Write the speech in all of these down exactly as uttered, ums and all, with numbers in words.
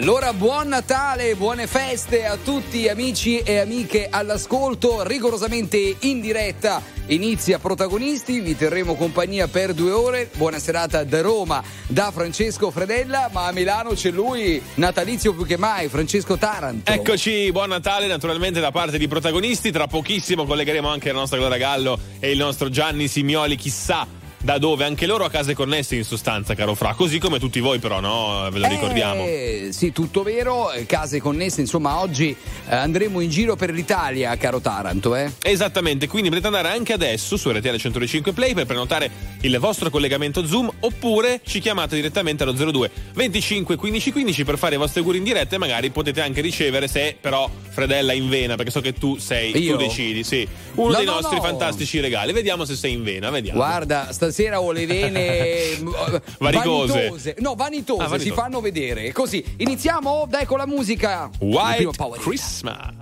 allora buon Natale, buone feste a tutti amici e amiche all'ascolto, rigorosamente in diretta. Inizia Protagonisti, vi terremo compagnia per due ore. Buona serata da Roma, da Francesco Fredella, ma a Milano c'è lui, natalizio più che mai, Francesco Taranto. Eccoci, buon Natale naturalmente da parte di Protagonisti. Tra pochissimo collegheremo anche la nostra Gloria Gallo e il nostro Gianni Simioli, chissà da dove, anche loro a case connesse in sostanza, caro Fra, così come tutti voi però, no? Ve lo ricordiamo. Eh, sì, tutto vero, case connesse, insomma oggi eh, andremo in giro per l'Italia, caro Taranto, eh? Esattamente, quindi potete andare anche adesso su R T L centodue e cinque Play per prenotare il vostro collegamento Zoom, oppure ci chiamate direttamente allo zero due venticinque quindici quindici per fare i vostri auguri in diretta, e magari potete anche ricevere, se però Fredella è in vena, perché so che tu sei, Io? tu decidi, sì, uno no, dei no, nostri no. fantastici regali. Vediamo se sei in vena, vediamo. Guarda, stasera ho le vene Varicose. vanitose. No, vanitose, Ah, vanitose. si fanno vedere. Così, iniziamo, dai con la musica. Il White primo Power Hit. Christmas.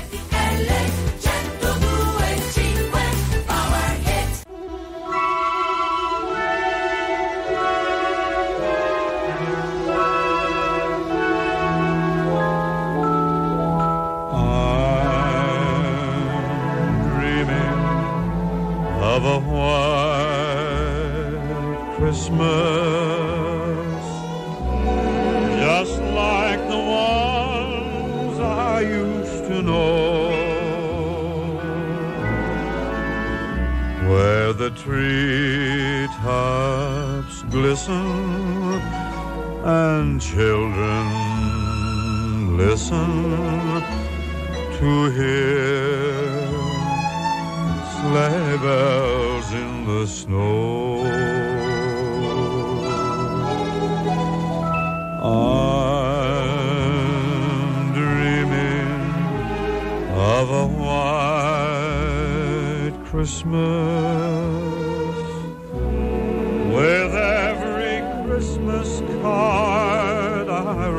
Of a white Christmas, just like the ones I used to know, where the treetops glisten and children listen to hear sleigh bells in the snow. I'm dreaming of a white Christmas, with every Christmas card I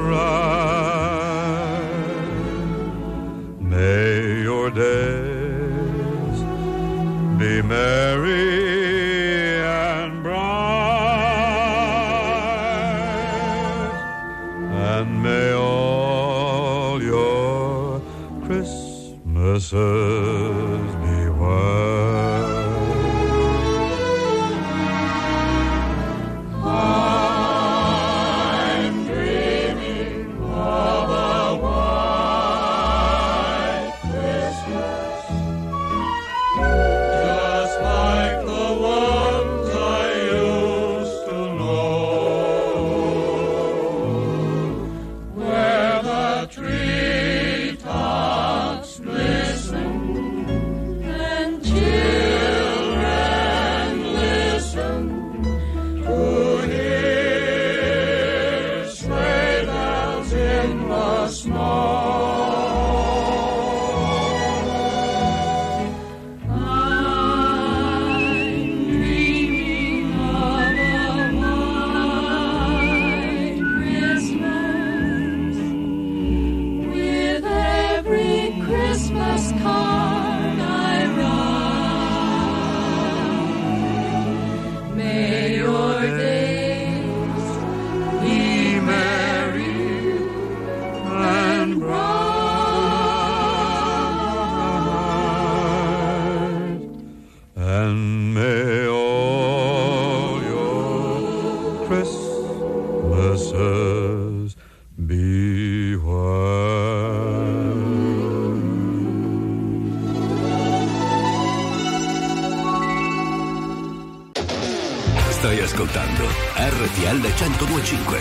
write. May your day be merry and bright, and may all your Christmases be white. I'm dreaming of a white Christmas, just like the ones I used to know, where the treetops glisten and children listen to hear sleigh bells in the snow. Christmas card I write. May your days be merry and bright, And may all your Christmases be white. Stai ascoltando R T L centodue e cinque.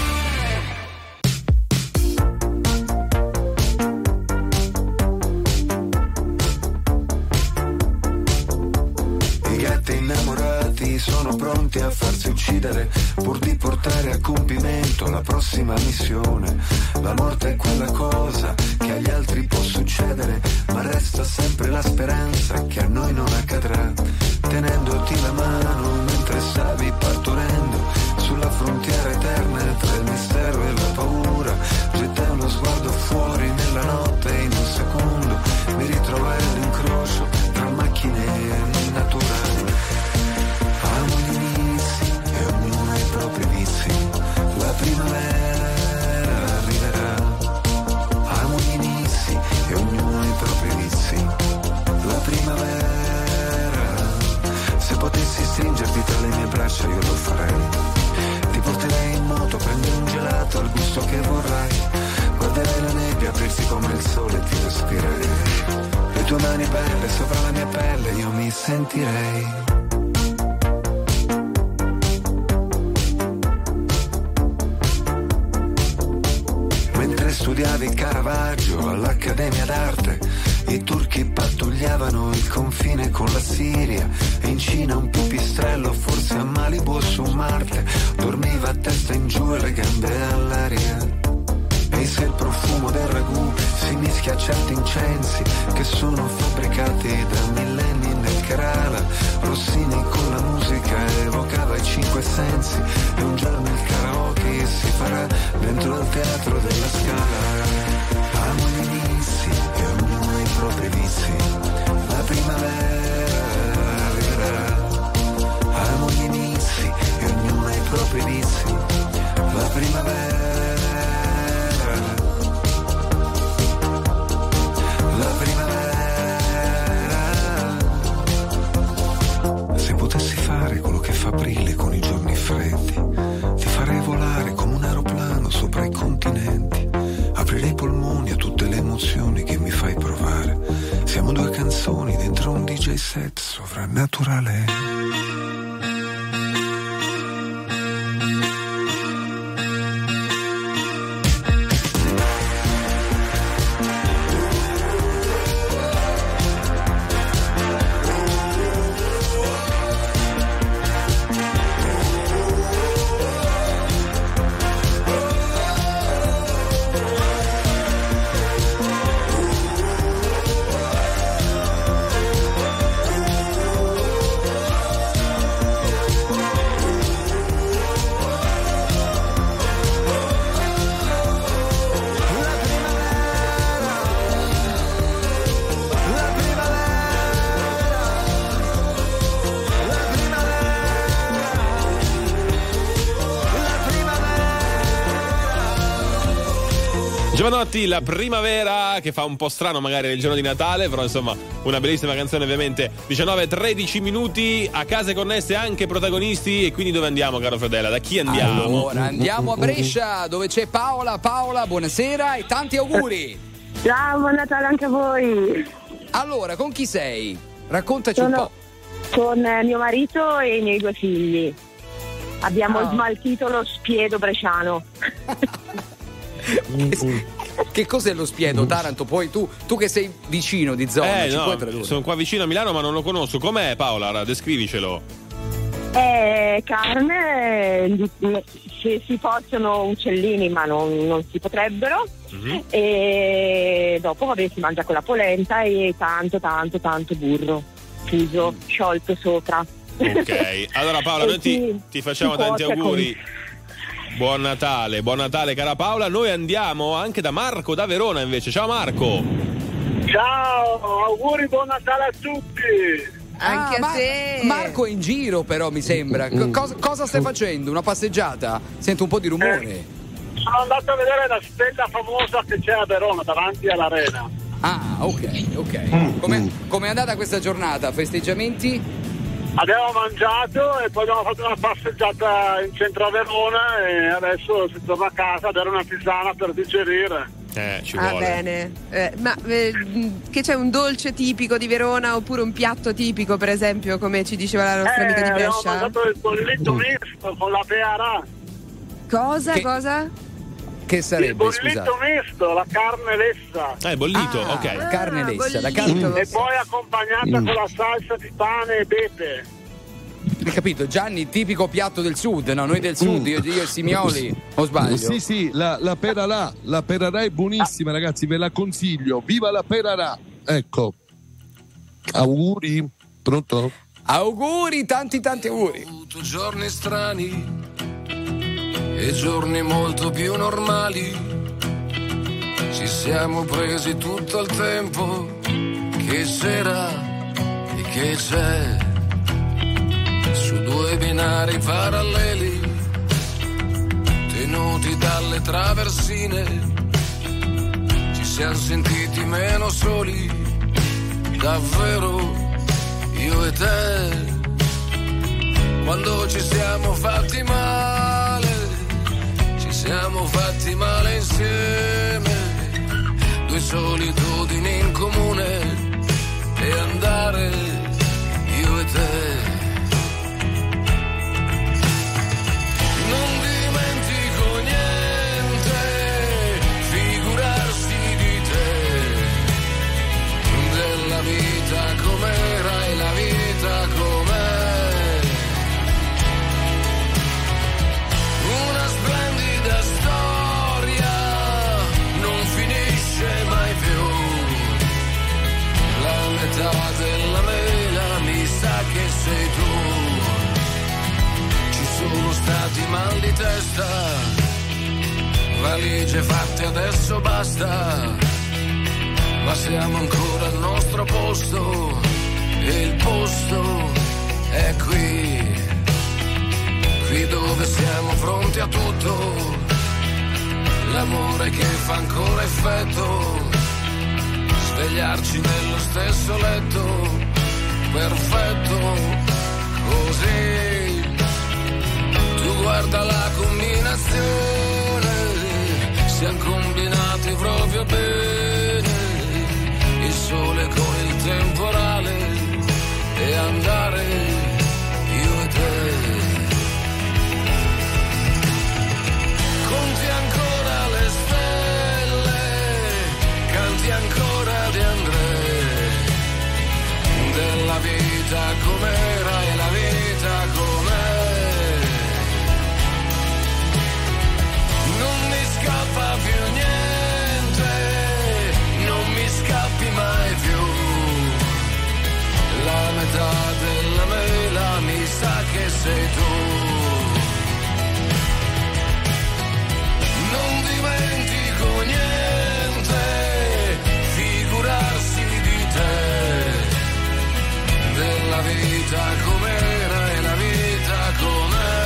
I gatti innamorati sono pronti a farsi uccidere pur di portare a compimento la prossima missione. La morte è quella cosa che agli altri può succedere, ma resta sempre la speranza che a noi non accadrà. Tenendoti la mano mentre stavi partorendo sulla frontiera eterna tra il mistero e la paura, gettai uno sguardo fuori nella notte e in un secondo mi ritrovai all'incrocio tra macchine e naturali. Amo gli inizi e ognuno ha i propri vizi. La primavera arriva stringerti tra le mie braccia io lo farei. Ti porterei in moto, prendi un gelato al gusto che vorrai. Guarderai la nebbia aprirsi come il sole e ti respirerei. Le tue mani belle sopra la mia pelle io mi sentirei. Mentre studiavi Caravaggio all'Accademia d'Arte, i turchi pattugliavano il confine con la Siria, e in Cina un pipistrello, forse a Malibu o su Marte, dormiva a testa in giù e le gambe all'aria. E se il profumo del ragù si mischia a certi incensi che sono fabbricati da millenni nel Kerala, Rossini con la musica evocava i cinque sensi, e un giorno il karaoke si farà dentro al teatro della Scala. Amo gli inizi e ognuno ha i propri vizi, la primavera arriverà. Amo gli inizi e ognuno ha i propri vizi, la primavera. La primavera. Se potessi fare quello che fa Aprile con i giorni freddi, ti farei volare come un aeroplano sopra i continenti. Aprirei i polmoni a tutte le emozioni che mi fai provare. Siamo due canzoni dentro un D J set sovrannaturale. Giovanotti, La primavera, che fa un po' strano magari il giorno di Natale, però insomma una bellissima canzone ovviamente. diciannove e tredici minuti, a case connesse anche protagonisti, e quindi dove andiamo, caro Fedele? Da chi andiamo? Allora andiamo a Brescia, dove c'è Paola. Paola, buonasera e tanti auguri. Ciao, buon Natale anche a voi. Allora, con chi sei? Raccontaci Sono un po'. Con mio marito e i miei due figli. Abbiamo Oh. smaltito lo spiedo bresciano. Che, che cos'è lo spiedo, Taranto? Poi tu, tu che sei vicino di zona, Eh ci no, puoi tradurre? sono qua vicino a Milano ma non lo conosco. Com'è, Paola? Descrivicelo. È carne, se si possono uccellini ma non, non si potrebbero. Mm-hmm. E dopo vabbè si mangia con la polenta e tanto tanto tanto burro fuso, sciolto sopra. Ok, allora Paola, E noi ti, si- ti facciamo si tanti cuoce auguri. con- Buon Natale, buon Natale cara Paola. Noi andiamo anche da Marco, da Verona invece. Ciao Marco. Ciao, auguri, buon Natale a tutti. Anche Ah, a Ma- te. Marco è in giro però, mi sembra. Co- cosa, cosa stai facendo? Una passeggiata? Sento un po' di rumore. Sono andato a vedere la stella famosa che c'è a Verona davanti all'arena. Ah, ok, ok. Come è andata questa giornata? Festeggiamenti? Abbiamo mangiato e poi abbiamo fatto una passeggiata in centro a Verona e adesso si torna a casa a bere una tisana per digerire. Eh, ci Ah, vuole. bene. Eh, ma eh, mh, che c'è un dolce tipico di Verona oppure un piatto tipico, per esempio, come ci diceva la nostra amica di abbiamo Brescia? mangiato il bollito misto con la peara. Cosa? Che- Cosa? Che Il sarebbe, bollito scusate? misto, la carne lessa. Eh, bollito, Ah, ok. la carne Ah, lessa, la bollito. carne. E poi accompagnata con la salsa di pane e pepe. Hai capito? Gianni, tipico piatto del sud, no? Noi del sud, io, io e Simioli, o sbaglio? Sì, sì, la, la perarà, la perarà è buonissima, ragazzi, ve la consiglio. Viva la perarà! Ecco. Auguri. Pronto? Auguri, tanti tanti auguri. avuto giorni strani e giorni molto più normali. Ci siamo presi tutto il tempo che c'era e che c'è, su due binari paralleli tenuti dalle traversine. Ci siamo sentiti meno soli, davvero, io e te. quando ci siamo fatti male, ci siamo fatti male insieme, due solitudini in comune e andare io e te. Non dimentico niente, figurarsi di te, della vita com'era e la vita com'è. Una splendida storia, non finisce mai più. La metà della mela mi sa che sei tu. Ci sono stati mal di testa, valigie fatte adesso basta, ma siamo ancora al nostro posto e il posto è qui, qui dove siamo pronti a tutto, l'amore che fa ancora effetto, svegliarci nello stesso letto, perfetto, così. Tu guarda la combinazione, siamo combinati proprio bene, il sole con il temporale e andare io e te. Conti ancora le stelle, canti ancora di Andrea, della vita com'era e la vita com'è. Non mi scappa più niente, non mi scappi mai più. La metà della mela mi sa che sei tu. Non dimentico niente, figurarsi di te, della vita com'era e la vita com'è.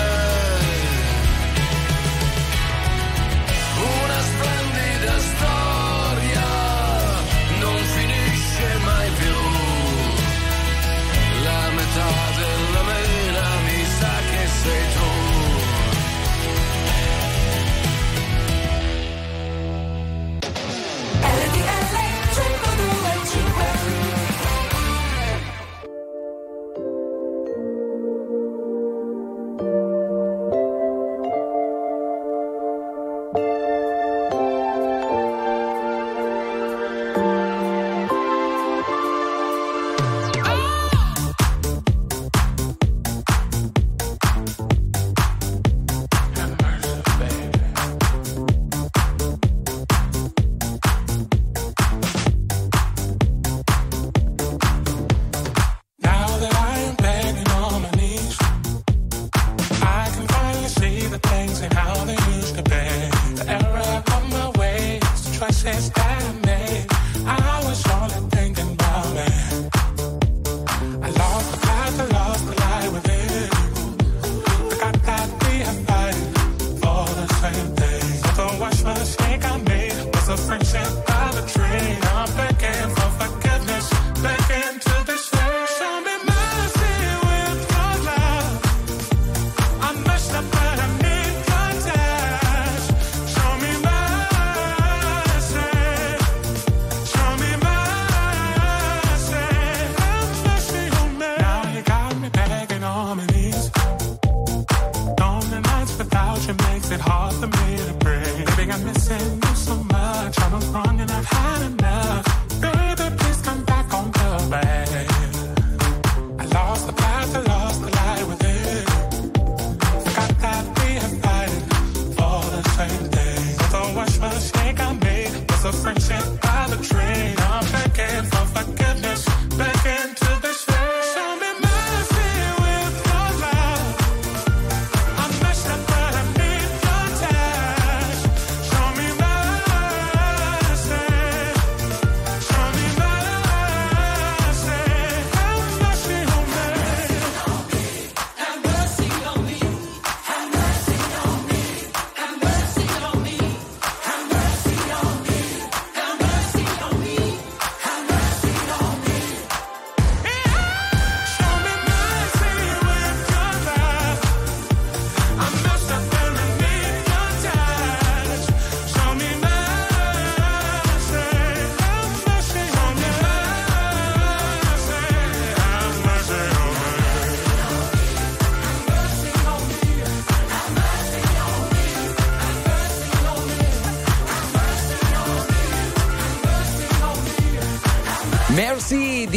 Una splendida storia, non finisce mai più. La metà della mela mi sa che sei tu.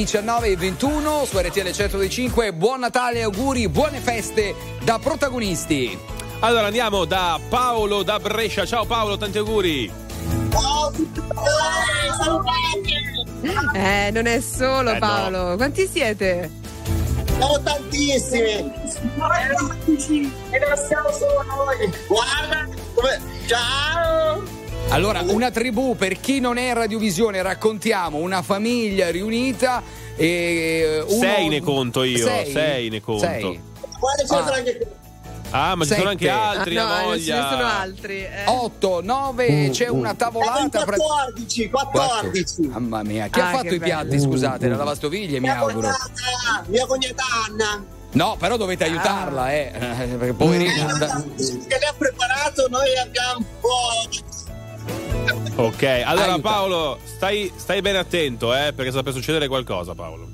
diciannove e ventuno su R T L centodue. Buon Natale, auguri, buone feste da protagonisti. Allora andiamo da Paolo da Brescia. Ciao Paolo, tanti auguri. Eh, non è solo Eh, Paolo. no. Quanti siete? Siamo tantissimi. E non siamo solo noi. Guarda come... Ciao. Allora, una tribù, per chi non è in radiovisione, raccontiamo una famiglia riunita e uno... Sei ne conto io, sei, sei ne conto. Sei. Guarda, ci sono Ah. anche Ah, ma ci sono anche Sette. altri, Ah, la no, ce ne voglia. sono altri. Eh. otto, nove, c'è una tavolata. pra- quattordici, quattordici. Mamma mia, chi ha Ah, fatto che i piatti, bello. scusate, la lavastoviglie, mi Mia auguro. cognata, mia cognata Anna. No, però dovete aiutarla, eh, perché poverina. Che le ha preparato, noi abbiamo un po'. Ok, allora Aiuta. Paolo, stai, stai bene attento, eh, perché sta per succedere qualcosa, Paolo.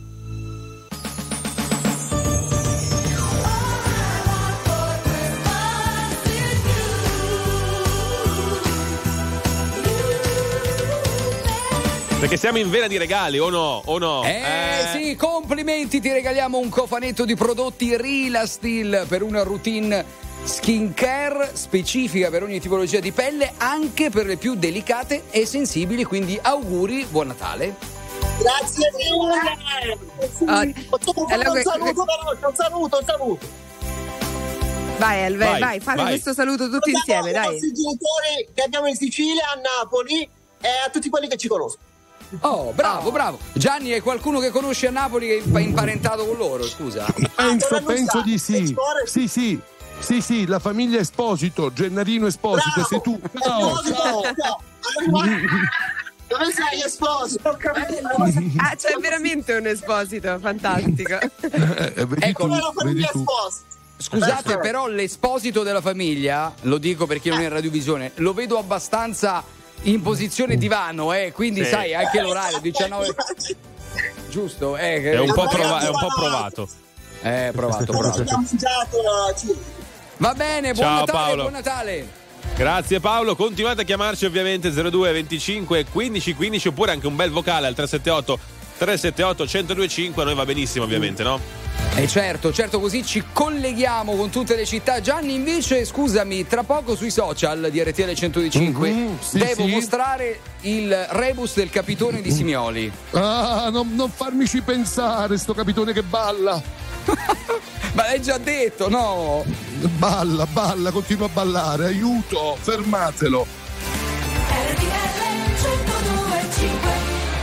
Perché siamo in vena di regali, o no? O no? Eh, sì, complimenti, ti regaliamo un cofanetto di prodotti Rilastil per una routine skincare specifica per ogni tipologia di pelle, anche per le più delicate e sensibili, quindi auguri, buon Natale. Grazie mille. Ah, Facciamo allora, un que- saluto veloce, un saluto, un saluto. Vai, Elve, Vai, vai, fate vai. questo saluto tutti Salutiamo insieme, i dai. nostri genitori che abbiamo in Sicilia, a Napoli e a tutti quelli che ci conoscono. Oh, bravo, bravo. Gianni, è qualcuno che conosci a Napoli che è imparentato con loro, scusa? Penso, Dovranno penso stare, di sì. Esplore- Sì, sì. Sì, sì, la famiglia Esposito, Gennarino Esposito, Bravo. sei tu. Ciao, Esposito, ciao. ciao. Dove sei Esposito? Ah, c'è veramente un esposito, fantastico. Eh, eh, vedi Ecco, tu, Come la vedi famiglia tu. Esposito. Scusate, però l'esposito della famiglia, lo dico perché non è in radiovisione, lo vedo abbastanza in posizione divano, eh, quindi Sì. sai, anche l'orario diciannove, giusto? Eh, che- È un po', Allora, prova- è un po' guarda. provato. Eh, provato, provato. Abbiamo mangiato la cena. Va bene, buon Ciao, Natale, Paolo. buon Natale. Grazie Paolo, continuate a chiamarci ovviamente zero due venticinque quindici quindici oppure anche un bel vocale al tre sette otto tre sette otto uno zero due cinque, a noi va benissimo ovviamente, no? E certo, certo, così ci colleghiamo con tutte le città. Gianni, invece, scusami, tra poco sui social di R T L centodue Mhm, sì, devo sì. mostrare il rebus del capitone di Simioli. Ah, non, non farmici pensare, sto capitone che balla. Ma l'hai già detto, no? Balla, balla, continua a ballare, aiuto, fermatelo. R T L centodue e cinque.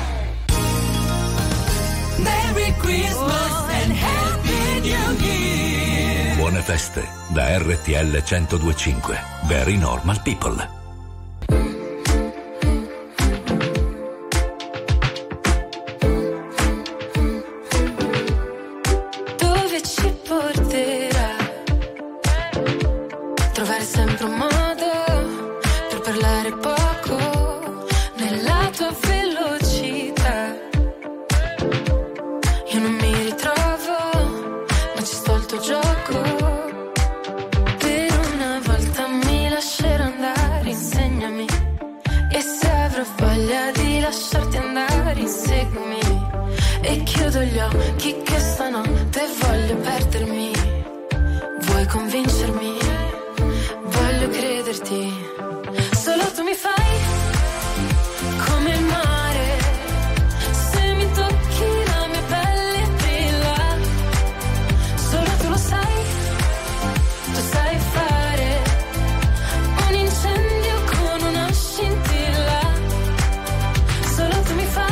Merry Christmas and Happy New Year. Buone feste da R T L centodue e cinque. Very Normal People. Dove ci porterà? Trovare sempre un modo per parlare poco nella tua velocità. Io non mi ritrovo, ma ci sto al tuo gioco. Per una volta mi lascerò andare, insegnami. E se avrò voglia di lasciarti andare, inseguimi. E chiudo gli occhi che stanotte voglio perdermi. Vuoi convincermi? Voglio crederti. Solo tu mi fai come il mare. Se mi tocchi la mia pelle brilla. Solo tu lo sai. Tu sai fare un incendio con una scintilla. Solo tu mi fai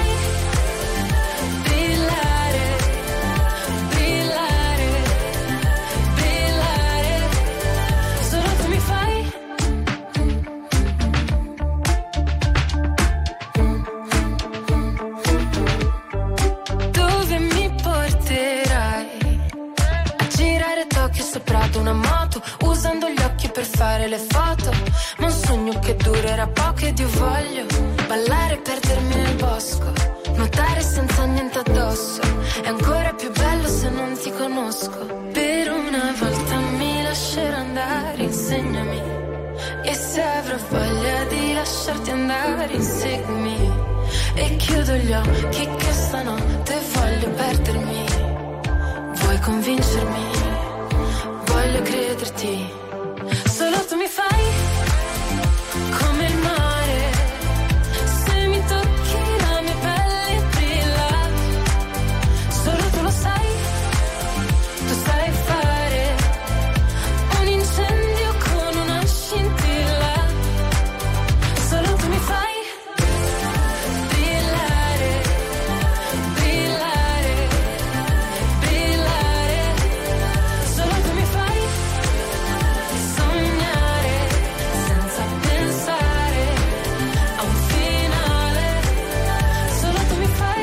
brillare, brillare, brillare. Solo tu mi fai. Dove mi porterai? A girare Tokyo sopra ad una moto, usando gli occhi per fare le foto. Ma un sogno che durerà poco ed io voglio ballare e perdermi nel bosco, nuotare senza niente addosso. È ancora più bello se non ti conosco. Per una volta mi lascerò andare, insegnami. E se avrò voglia di lasciarti andare, inseguimi. e chiudo gli occhi che stanotte voglio perdermi. Vuoi convincermi? Voglio crederti. Solo tu mi fai come il mare. Se mi tocchi la mia pelle brilla. Solo tu lo sai. Tu sai fare un incendio con una scintilla. Solo tu mi fai brillare, brillare, brillare. Solo tu mi fai sognare senza pensare a un finale. Solo tu mi fai.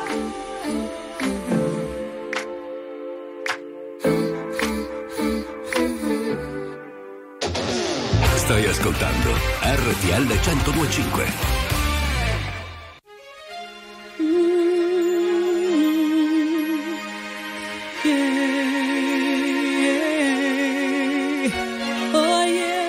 Stai ascoltando R T L centodue e cinque. Oh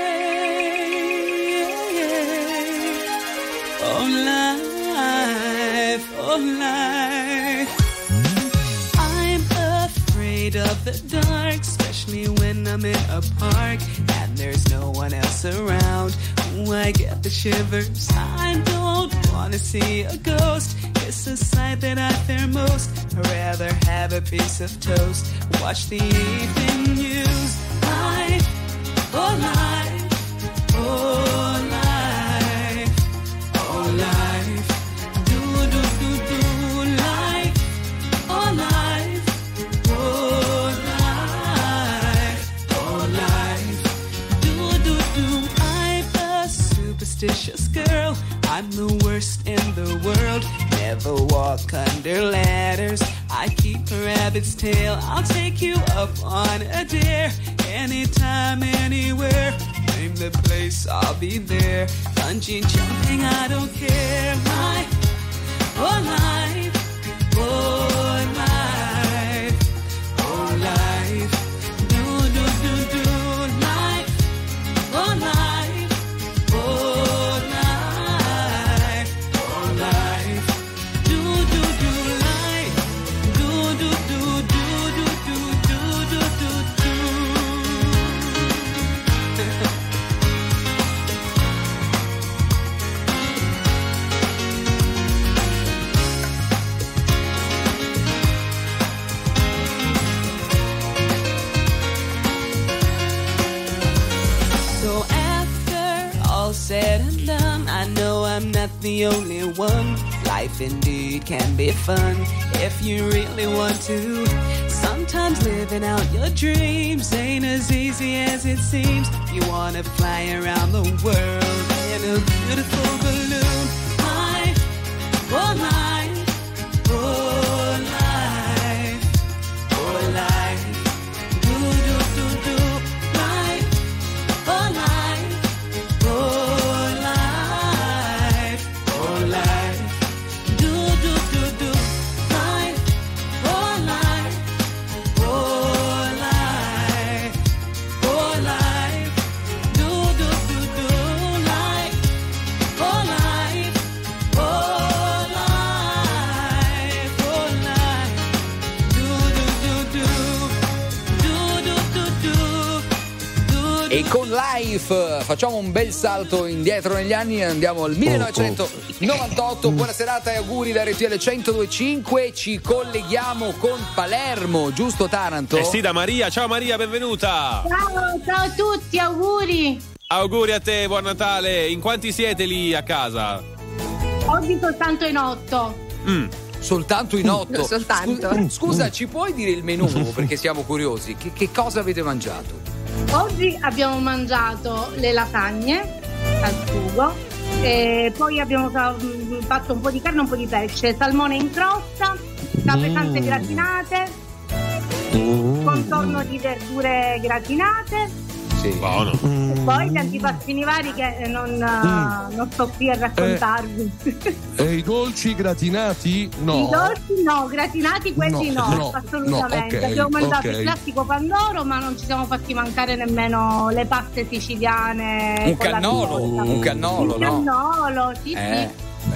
yeah, oh life, oh life. I'm afraid of the dark, especially when I'm in a park and there's no one else around. Ooh, I get the shivers. I don't wanna see a ghost. It's a sight that I fear most. I'd rather have a piece of toast. Watch the evening news. Life, oh life, oh life, oh life. Do do do do life, oh life, oh life, oh life. Do do do. I'm a superstitious girl. I'm the worst in the world. Never walk under ladders. I keep a rabbit's tail. I'll take you up on a dare. Anytime, anywhere. Name the place, I'll be there. Bungee jumping, I don't care. My, oh life, oh life, oh life. Do, do, do, do, life, oh life, oh life, oh life. Do, do, do, life. Do, do, do, do, do, do, do, do, do, do. So after all said and done, I know I'm not the only one. Life indeed can be fun if you really want to. Sometimes living out your dreams ain't as easy as it seems. You wanna fly around the world in a beautiful balloon. Life, oh life, oh life, oh life. Do, do, do, do, life, oh life, oh life, oh life. Do, do, do, do, life, oh life, oh life, oh life. Do, do, do, do, life, oh life, oh life, oh life. Do, do, do, do, do, do, do, do, do. E con Life facciamo un bel salto indietro negli anni e andiamo al millenovecentonovantotto. Buona serata e auguri da R T L centodue e cinque. Ci colleghiamo con Palermo, giusto Taranto? Eh sì, da Maria. Ciao Maria, benvenuta. Ciao, ciao a tutti, auguri. Auguri a te, buon Natale. In quanti siete lì a casa? Oggi soltanto in otto. Mm. Soltanto in otto. Soltanto. Scusa, scusa, ci puoi dire il menù perché siamo curiosi? Che, che cosa avete mangiato? Oggi abbiamo mangiato le lasagne al sugo, e poi abbiamo fa- fatto un po' di carne e un po' di pesce, salmone in crosta, capretante Mm. gratinate, Mm. contorno di verdure gratinate. Sì. Buono. E poi gli antipastini vari che eh, non, eh, non sto qui a raccontarvi. E i dolci gratinati? No. I dolci no, gratinati quelli No, no, no, assolutamente. no, ok, Abbiamo mangiato ok. il classico pandoro, ma non ci siamo fatti mancare nemmeno le paste siciliane. Un con la cannolo, ricotta. un cannolo, Un no? cannolo, sì, Eh, sì.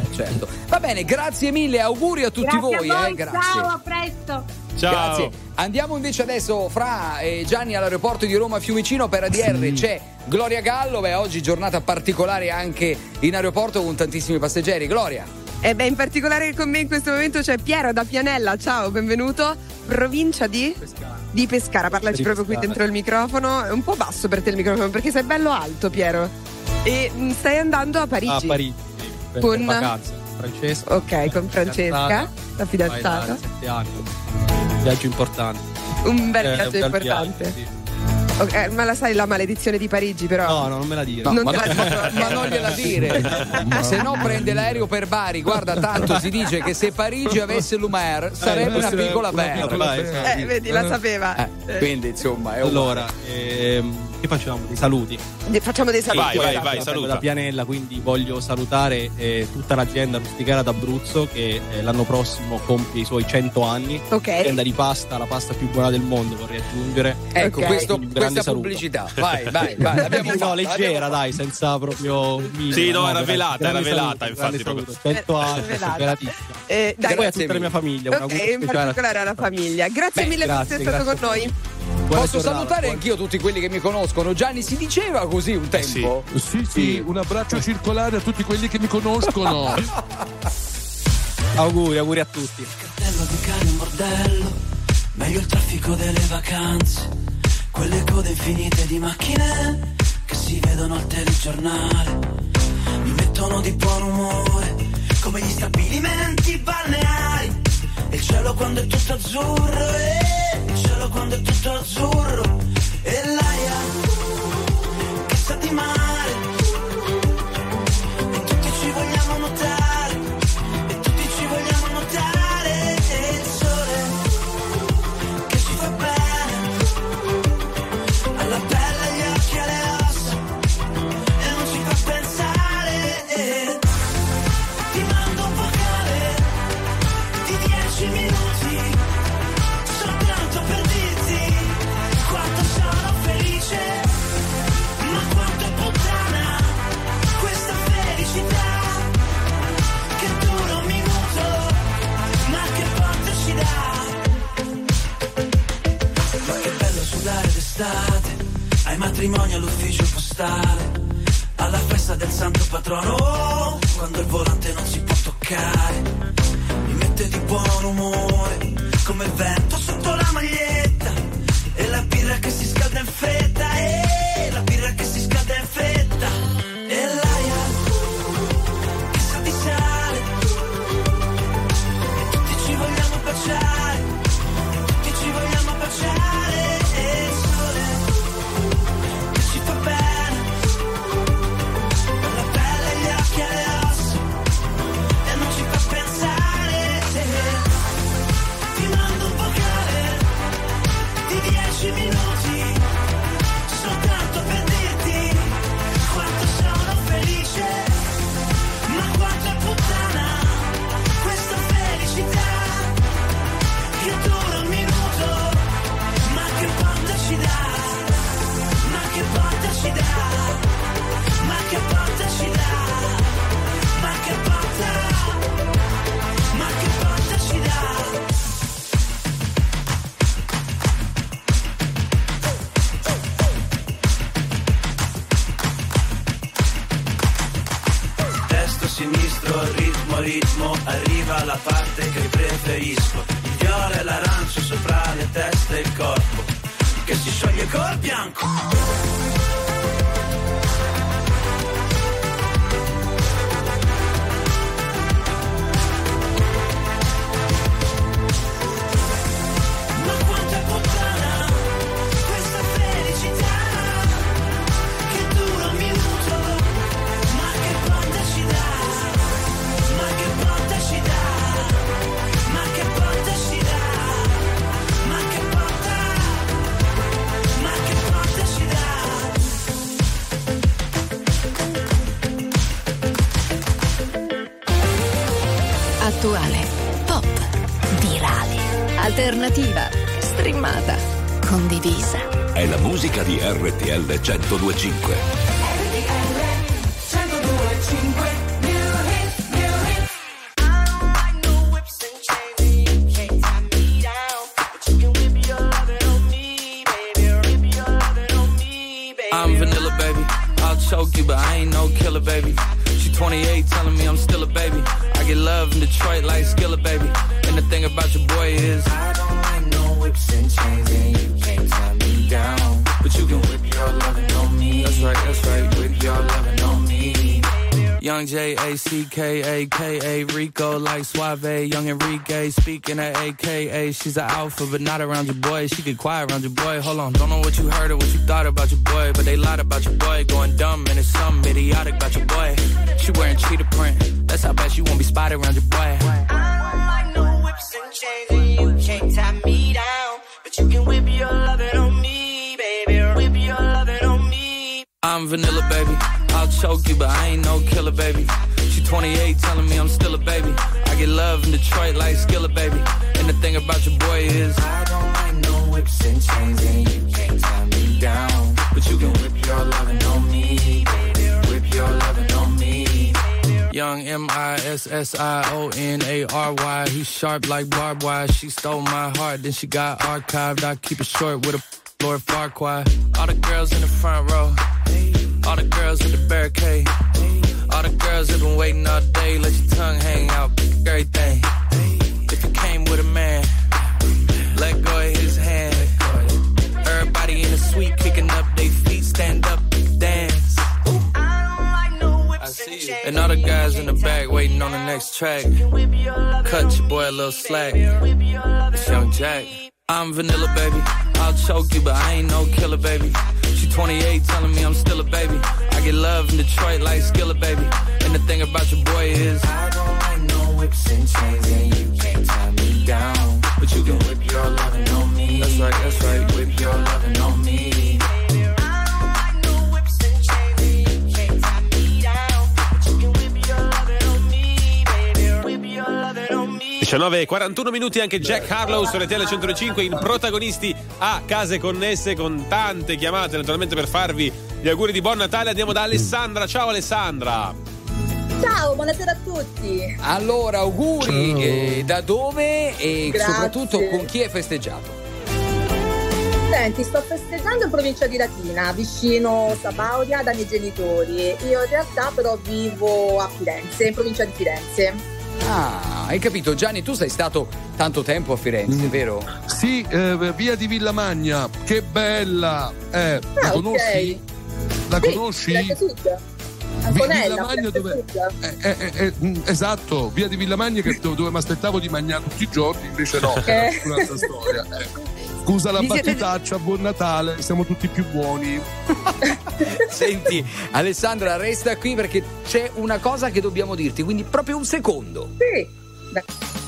certo. Va bene, grazie mille, auguri a tutti Grazie voi, a voi, eh, grazie. ciao, a presto. Ciao. Grazie. Andiamo invece adesso Fra e Gianni all'aeroporto di Roma Fiumicino per A D R. C'è Gloria Gallo, beh, oggi giornata particolare anche in aeroporto con tantissimi passeggeri. Gloria. E beh, in particolare con me in questo momento c'è Piero da Pianella, ciao, benvenuto. Provincia di? Pescara. Di Pescara, parlaci Di proprio Pescara. qui dentro il microfono. È un po' basso per te il microfono perché sei bello alto, Piero. E mh, stai andando a Parigi. A Parigi, sì, per Con- vacanza. Francesca. Ok, con Francesca, la fidanzata. Vai da sette anni. Un viaggio importante. Un bel Eh, viaggio un bel importante. viaggio, sì. Ok, ma la sai la maledizione di Parigi però? No, no, non me la dire. No, Non ma, te la no, dico. ma- ma non gliela dire, se no prende l'aereo per Bari. Guarda, tanto si dice che se Parigi avesse l'Umer sarebbe una piccola perla. Eh, vedi, la sapeva. Eh, quindi insomma è un- Allora, ehm, che facciamo? Dei saluti. Eh, Facciamo dei saluti. Vai, vai, esatto. vai, Vengo saluta. da Pianella, quindi voglio salutare eh, tutta l'azienda rusticara d'Abruzzo che eh, l'anno prossimo compie i suoi cento anni. Ok. Azienda di pasta, la pasta più buona del mondo, vorrei aggiungere. Ecco, Ok. questo- Un grande questa saluto. pubblicità. Vai, vai, vai. L'abbiamo No, fatta, leggera, l'abbiamo dai, senza proprio minimo, Sì, no, era grande- velata, grande era velata, saluto, infatti, grande proprio. saluto. cento anni, Velata. velatissima. Eh, dai, E poi a grazie tutta la mia famiglia, un Ok, augurio in speciale. particolare alla famiglia. Grazie Beh, mille grazie, per essere stato grazie con a noi. Buona Posso giornata, salutare buona- anch'io tutti quelli che mi conoscono. Gianni, si diceva così un tempo? Sì, sì, un abbraccio circolare a tutti quelli che mi conoscono. Auguri, auguri a tutti. Cartello di cane un bordello, meglio il traffico delle vacanze, quelle code infinite di macchine che si vedono al telegiornale, mi mettono di buon umore, come gli stabilimenti balneari, e il cielo quando è tutto azzurro, e il cielo quando è tutto azzurro, e l'aria che sa di mare, e tutti ci vogliamo nuotare, e tutti ci vogliamo nuotare, e il sole che ci fa bene alla pelle, agli occhi, alle ossa, e non ci fa pensare, e ti mando un vocale di dieci minuti soltanto per dirti quanto sono felice, ma quanto è puttana questa felicità che dura un minuto, ma che botta ci dà. Ma che bello sudare d'estate, ai matrimoni all'ufficio postale, alla festa del santo patrono, oh, quando il volante non si può toccare, mi mette di buon umore, come il vento sotto la maglietta, e la birra che si scalda in fretta, e la birra che si scalda in fretta, e l'aria che sa di sale, e tutti ci vogliamo baciare, e tutti ci vogliamo baciare, e il sole che ci fa bene alla pelle, agli occhi, alle ossa, e non ci fa pensare, ti mando un vocale di dieci minuti soltanto per dirti quanto sono felice, ma quanto è puttana questa felicità che dura un minuto, ma che botta ci dà, ma che botta ci dà, ma che botta ci dà, ma che botta, ma che botta ci dà. Destro, sinistro, ritmo, ritmo, arriva la parte che preferisco. Il viola e l'arancio sopra le teste e il corpo che si scioglie col bianco. Ma quanto è puttana questa felicità che dura un minuto, ma che botta ci dà, ma che botta ci dà, ma che botta ci dà, ma che botta, ma che botta ci dà. Attuale, pop, virale, alternativa, streamata, condivisa. È la musica di R T L centodue e cinque. R T L centodue e cinque New Hit, New Hit. I'm vanilla, baby. I'll choke you, but I ain't no killer, baby. She twenty-eight, telling me I'm still a baby. I get love in Detroit like Skillet, baby. And the thing about your boy is I don't like no whips and chains, and you can't tie me down. But you can whip your lovin' on me. That's right, that's right, whip your lovin' on me. Young J A C K A K A Rico like Suave. Young Enrique speaking at A K A. She's an alpha but not around your boy. She get quiet around your boy. Hold on, don't know what you heard or what you thought about your boy, but they lied about your boy. Going dumb and it's something idiotic about your boy. She wearing cheetah print. That's how bad she won't be spotted around your boy. I don't like no whips and chains, and you can't tie me down. But you can whip your lovin' on me, baby. Whip your lovin' on me. I'm vanilla, baby. I'll choke you, but I ain't no killer, baby. She twenty-eight, telling me I'm still a baby. I get love in Detroit like Skillet, baby. And the thing about your boy is I don't like no whips and chains, and you can't tie me down. But you can whip your lovin' on me, baby. Whip your lovin' on me. Young M I S S I O N A R Y. He's sharp like barbed wire. She stole my heart, then she got archived. I keep it short with a Lord Farquaad. All the girls in the front row. All the girls at the barricade. All the girls have been waiting all day. Let your tongue hang out, everything. If you came with a man, let go of his hand. Everybody in the suite kicking up their feet. Stand up, dance. I see you. And all the guys in the back waiting on the next track. Cut your boy a little slack. It's Young Jack. I'm vanilla, baby. I'll choke you, but I ain't no killer, baby. She twenty-eight, telling me I'm still a baby. I get love in Detroit like Skillet, baby. And the thing about your boy is I don't like no whips and chains, and you can't tie me down. But you can whip your lovin' on me. That's right, that's right, whip your lovin' on me. diciannove e quarantuno minuti, anche Jack Harlow su R T L centodue e cinque in protagonisti a Case Connesse, con tante chiamate naturalmente per farvi gli auguri di buon Natale. Andiamo da Alessandra. Ciao Alessandra. Ciao, buonasera a tutti. Allora, auguri, eh, da dove e Grazie. soprattutto con chi hai festeggiato? Senti, sto festeggiando in provincia di Latina, vicino Sabaudia, da miei genitori. Io in realtà però vivo a Firenze, in provincia di Firenze. Ah, hai capito. Gianni, tu sei stato tanto tempo a Firenze, Mm. vero? Sì, eh, via di Villamagna, che bella! Eh, la Ah, conosci? ok. La Sì, conosci? Firenze Sud. Via Antonella, Villamagna Firenze dove? Sud. Eh, eh, eh, mm, esatto, via di Villamagna che dove, dove mi aspettavo di mangiare tutti i giorni, invece no, Eh. è un'altra storia. eh. Scusa la Vi siete- battutaccia, buon Natale, siamo tutti più buoni. Senti, Alessandra, resta qui perché c'è una cosa che dobbiamo dirti, quindi proprio un secondo. Sì. Beh.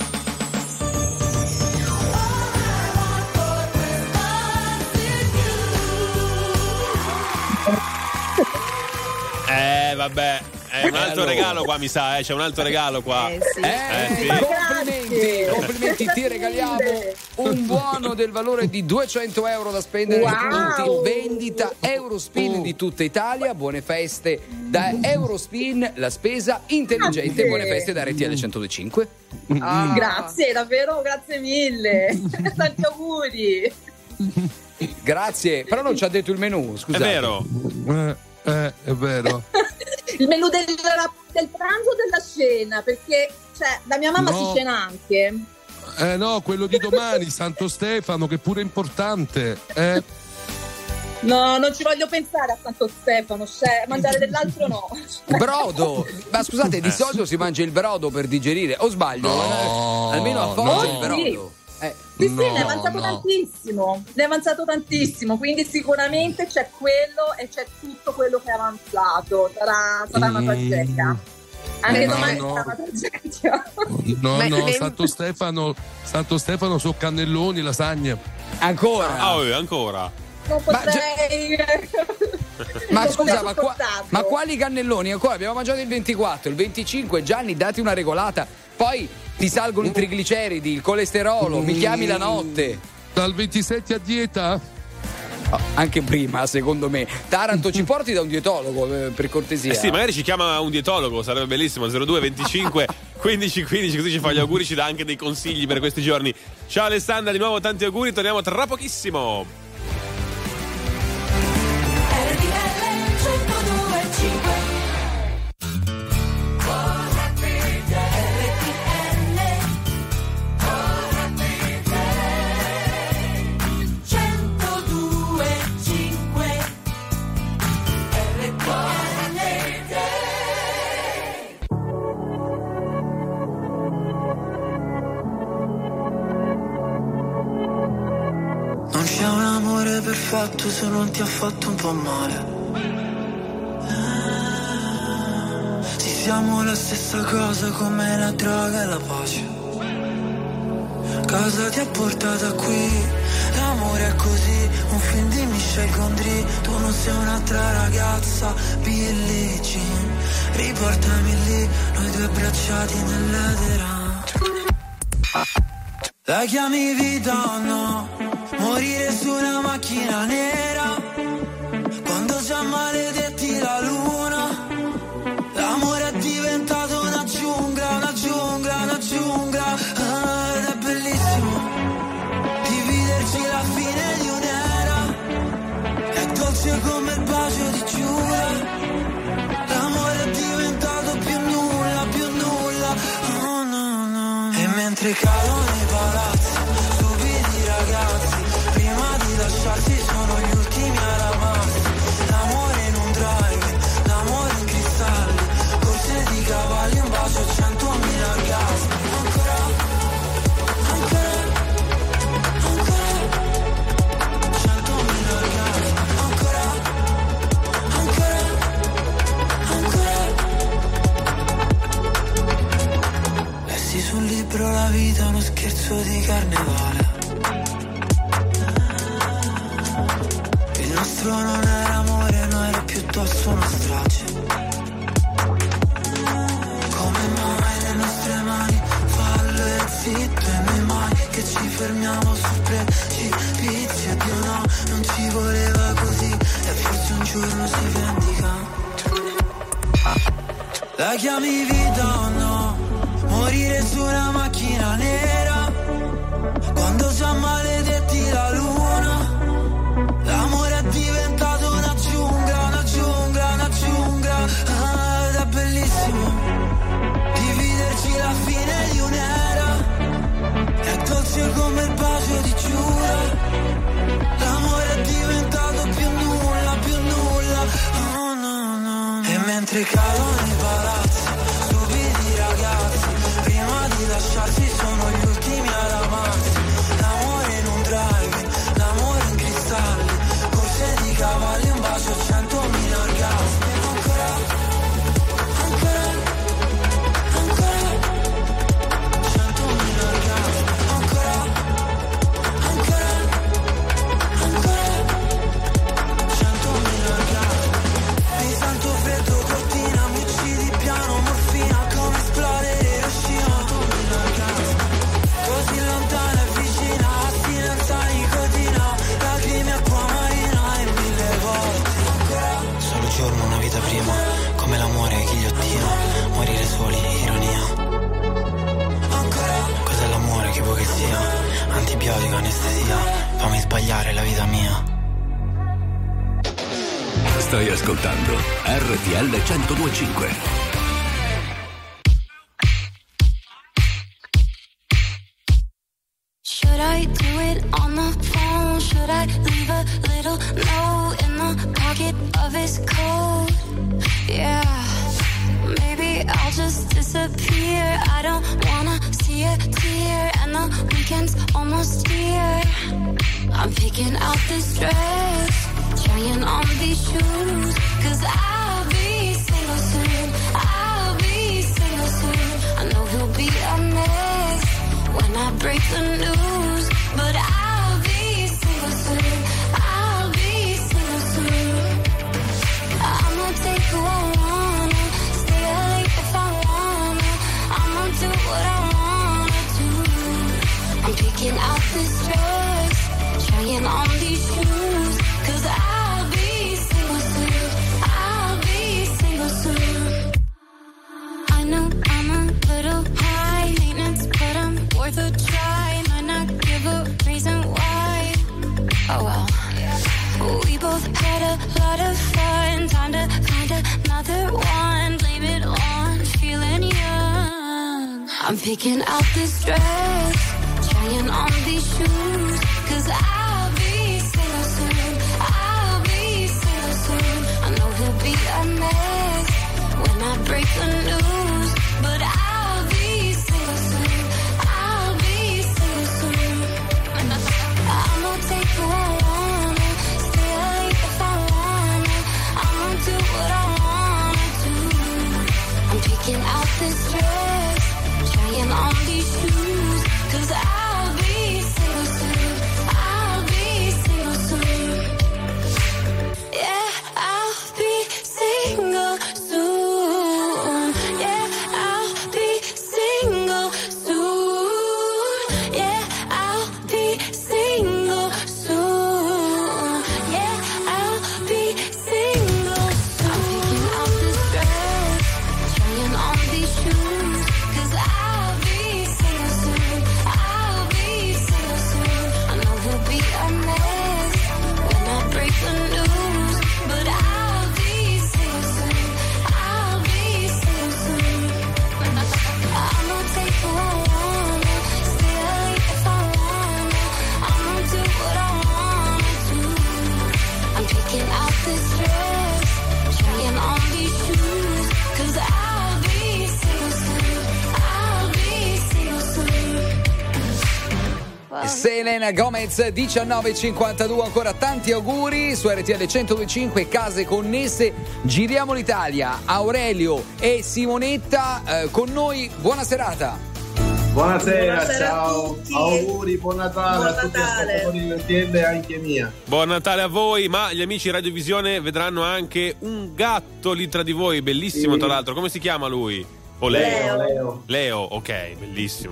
Eh, vabbè. È un altro Allora. regalo qua, mi sa, eh. C'è un altro regalo qua. Eh sì. Eh, Eh, sì. complimenti, complimenti, ti regaliamo un buono del valore di duecento euro da spendere Wow. in punti vendita Eurospin di tutta Italia. Buone feste da Eurospin, la spesa intelligente. Grazie. Buone feste da R T L centodue e cinque. Ah. Grazie, davvero, grazie mille. Tanti auguri. Grazie, però non ci ha detto il menù, È scusate. vero. Eh, eh, è vero. Il menù del, del pranzo o della cena, perché cioè, da mia mamma No. si cena anche. Eh no, quello di domani, Santo Stefano, che pure è importante. Eh, No, non ci voglio pensare a Santo Stefano, cioè, mangiare dell'altro no. Brodo, ma scusate, di Eh. solito si mangia il brodo per digerire, o sbaglio? No, Eh, almeno a Foggia no. il brodo. Eh. Sì, sì, No, ne è avanzato no. tantissimo, ne è avanzato tantissimo, quindi sicuramente c'è quello e c'è tutto quello che è avanzato, sarà, sarà una Mm. tragedia. Anche No, domani no. sarà una tragedia. no, Ma no, le- Santo Stefano, Santo Stefano su cannelloni, lasagne. Ancora? Ah, oh, ancora. Non Ma potrei... Ma non scusa, potrei ma, qua- sopportarlo. ma quali cannelloni? Ancora abbiamo mangiato il ventiquattro, il venticinque, Gianni, dati una regolata. Poi ti salgono i trigliceridi, il colesterolo, mi chiami la notte. Dal ventisette a dieta? Oh, anche prima, secondo me. Taranto, ci porti da un dietologo, eh, per cortesia. Eh sì, magari ci chiama un dietologo, sarebbe bellissimo. zero due venticinque quindici quindici, così ci fa gli auguri, ci dà anche dei consigli per questi giorni. Ciao Alessandra, di nuovo tanti auguri, torniamo tra pochissimo. R R T L centodue e cinque. Perfetto se non ti ha fatto un po' male. Sì, siamo la stessa cosa come la droga e la pace. Cosa ti ha portata qui? L'amore è così, un film di Michel Gondry. Tu non sei un'altra ragazza, Billie Jean. Riportami lì, noi due abbracciati nell'edera. La chiami vita o no? Morire su una macchina nera, quando già maledetti la luna. L'amore è diventato una giungla, una giungla, una giungla. Ah, ed è bellissimo dividerci la fine di un'era. È dolce come il bacio di Giura. L'amore è diventato più nulla, più nulla. Oh no, no. E mentre cado nei palazzi, stupidi ragazzi, prima di lasciarsi sono gli ultimi ad amarsi. L'amore in un drive, l'amore in cristalli, corse di cavalli, un bacio, centomila orgasmi. Ancora, ancora, ancora, centomila orgasmi. Ancora, ancora, ancora. Lessi sul libro La vita è uno scherzo di carnevale. Il nostro non era amore, no, era piuttosto una strage. Come mai le nostre mani, fallo e zitto, e noi mai che ci fermiamo sul precipizio. Dio no, non ci voleva così, e forse un giorno si vendica. La chiami vita o no? Morire su una macchina nera, quando già maledetti la luna. L'amore è diventato una giungla, una giungla, una giungla. Ah, ed è bellissimo dividerci la fine di un'era. È dolce come il bacio di Giura. L'amore è diventato più nulla, più nulla. Oh no, no. E mentre cado nei palazzi, stupidi ragazzi, prima di lasciarsi sono gli ultimi ad amarsi. L'amore in un drive, l'amore in cristalli, corse di cavalli, un bacio, centomila orgasmi. Ancora, ancora, ancora, centomila orgasmi. Ancora, ancora, ancora, centomila orgasmi. Mi sento freddo, cortina, mi uccidi piano, morfina, come esplodere Hiroshima. Centomila orgasmi. Così lontana e vicina, astinenza, nicotina, lacrime, acqua marina e mille volte. Solo giorno, una vita prima, come l'amore, ghigliottina, morire soli, ironia. Ancora. Cos'è l'amore, che ipocrisia, antibiotico, anestesia, fammi sbagliare la vita mia. Stai ascoltando R T L centodue e cinque. Should I do it on the phone? Should I leave a little note in the pocket of his coat? Yeah, maybe I'll just disappear. I don't wanna see a tear, and the weekend's almost here. I'm picking out this dress, trying on these shoes, 'cause I'll be single soon. I'll be single soon. I know he'll be a mess when I break the news, but I'll be single soon. I'll be single soon. I'ma take who I wanna, stay late if I wanna. I'ma do what I wanna do. I'm picking out this dress, trying on these shoes, 'cause I'll be single soon. I'll be single soon. I know I'm a little high maintenance, but I'm worth a try. My We both had a lot of fun. Time to find another one. Blame it on feeling young. I'm picking out this dress, trying on these shoes, 'cause I'll be single soon. I'll be single soon. I know he'll be a mess when I break the news, but I'll be single soon. I'll be single soon. I'm gonna take who I wanna, stay late if I wanna. I'm gonna do what I wanna do. I'm picking out this dress, trying on these shoes, 'cause I'll be single soon. I'll be single soon. Yeah, I'll be single soon. Yeah, I'll be single soon. Yeah, I'll be single soon. Yeah, I'll be single soon. I'm picking out this dress, trying on these shoes, 'cause I'll be single soon. I'll be single soon. I know he'll be a mess when I break the news, but I'll be single soon. I'll be single soon. I'm gonna take who I wanna, stay late if I wanna. I'm gonna do what I wanna do. I'm picking out this dress, trying on these shoes, 'cause I'll be single soon. I'll be single soon. Selena Gomez, diciannove e cinquantadue, ancora tanti auguri su R T L centodue e cinque, case connesse, giriamo l'Italia. Aurelio e Simonetta eh, con noi, buona serata. Buonasera, Buonasera a ciao, tutti. auguri, buon Natale Buon a tutti gli Natale. ascoltatori di R T L e anche mia. Buon Natale a voi, ma gli amici Radiovisione vedranno anche un gatto lì tra di voi, bellissimo Sì. tra l'altro. Come si chiama lui? O lei? Leo, Leo. Leo, ok, bellissimo.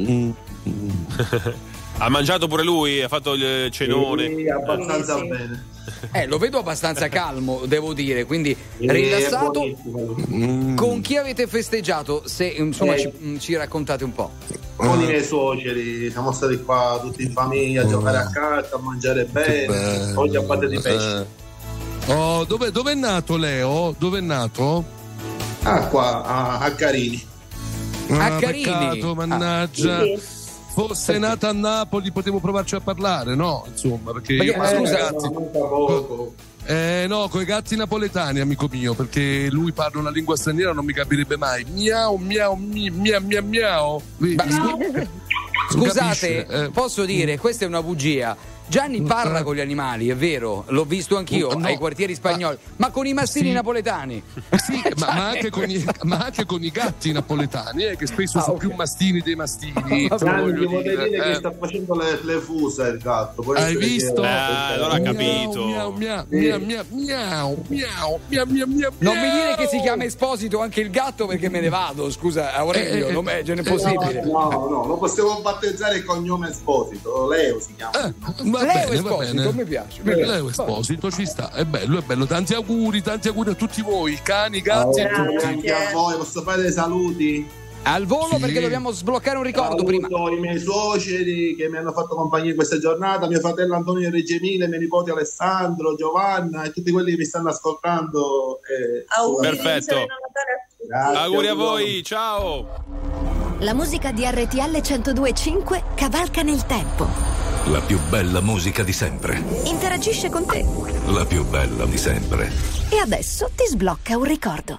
Ha mangiato pure lui? Ha fatto il cenone? Sì, abbastanza Sì, sì. bene. Eh, lo vedo abbastanza calmo, devo dire, quindi Sì, rilassato. è buonissimo. Con chi avete festeggiato? Se insomma Eh. ci, mm, ci raccontate un po'. Con i miei suoceri, siamo stati qua tutti in famiglia a giocare a carta, a mangiare bene, bello. oggi a parte di pesce. Oh, dove, dove è nato Leo? Dove è nato? Ah, qua a, a Carini. A Ah, Carini. peccato, mannaggia. Sì. Fosse nata a Napoli potevo provarci a parlare, no? Insomma, perché Perché, io parlo scusa, coi gatti. manca poco. Eh no, coi gatti napoletani, amico mio, perché lui parla una lingua straniera, non mi capirebbe mai. Miau, miau, mi- miau, miau, miau. Vedi? Ma scu- Non Scusate, capisce, eh. posso dire, questa è una bugia. Gianni parla Eh. con gli animali, è vero, l'ho visto anch'io No. ai quartieri spagnoli, ma con i mastini Sì. napoletani. Sì, ma, ma anche con i, ma anche con i gatti napoletani, eh, che spesso Ah, sono ok. più mastini dei mastini. Va te bene. lo Gianni, voglio ti vorrei dire eh. che sta facendo le, le fuse il gatto. può Hai essere che- visto? Eh, allora ha capito. Miau, miau, miau, miau, miau, miau, miau, miau, miau, Non mi miau. dire che si chiama Esposito anche il gatto perché me ne vado, scusa Aurelio, Eh, eh, non è, non è eh, possibile. No, no, lo possiamo battezzare il cognome Esposito, Leo si chiama. Eh, va Leo bene, va Esposito, bene. mi piace. mi piace. Leo Esposito ci sta, è bello, è bello. Tanti auguri, tanti auguri a tutti voi, cani, gatti e Auguri tutti. anche a voi, posso fare dei saluti? Al volo Sì. perché dobbiamo sbloccare un ricordo Saluto prima. i miei suoceri che mi hanno fatto compagnia in questa giornata, mio fratello Antonio Reggio Emilia, miei nipoti Alessandro, Giovanna e tutti quelli che mi stanno ascoltando. eh, Auguri di Perfetto. Sereno Natale a tutti. grazie, Auguri a auguri. voi, ciao! La musica di R T L centodue e cinque cavalca nel tempo. La più bella musica di sempre. Interagisce con te. La più bella di sempre. E adesso ti sblocca un ricordo.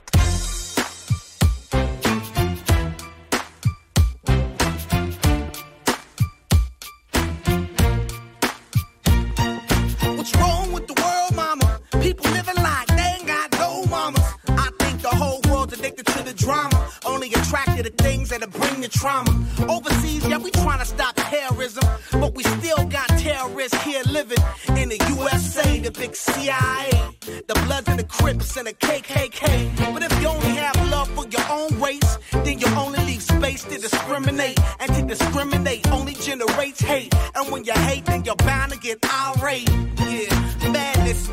What's wrong with the world, mama? People living like they ain't got no mamas. I think the whole world's addicted to the drama, only attracted to things that'll bring the trauma. Overseas, yeah, we trying to stop terrorism, but we still got terrorists here living in the U S A, the big C I A, the Bloods and the Crips and the K K K. But if you only have love for your own race, then you only leave space to discriminate, and to discriminate only generates hate. And when you hate, then you're bound to get irate. Yeah, madness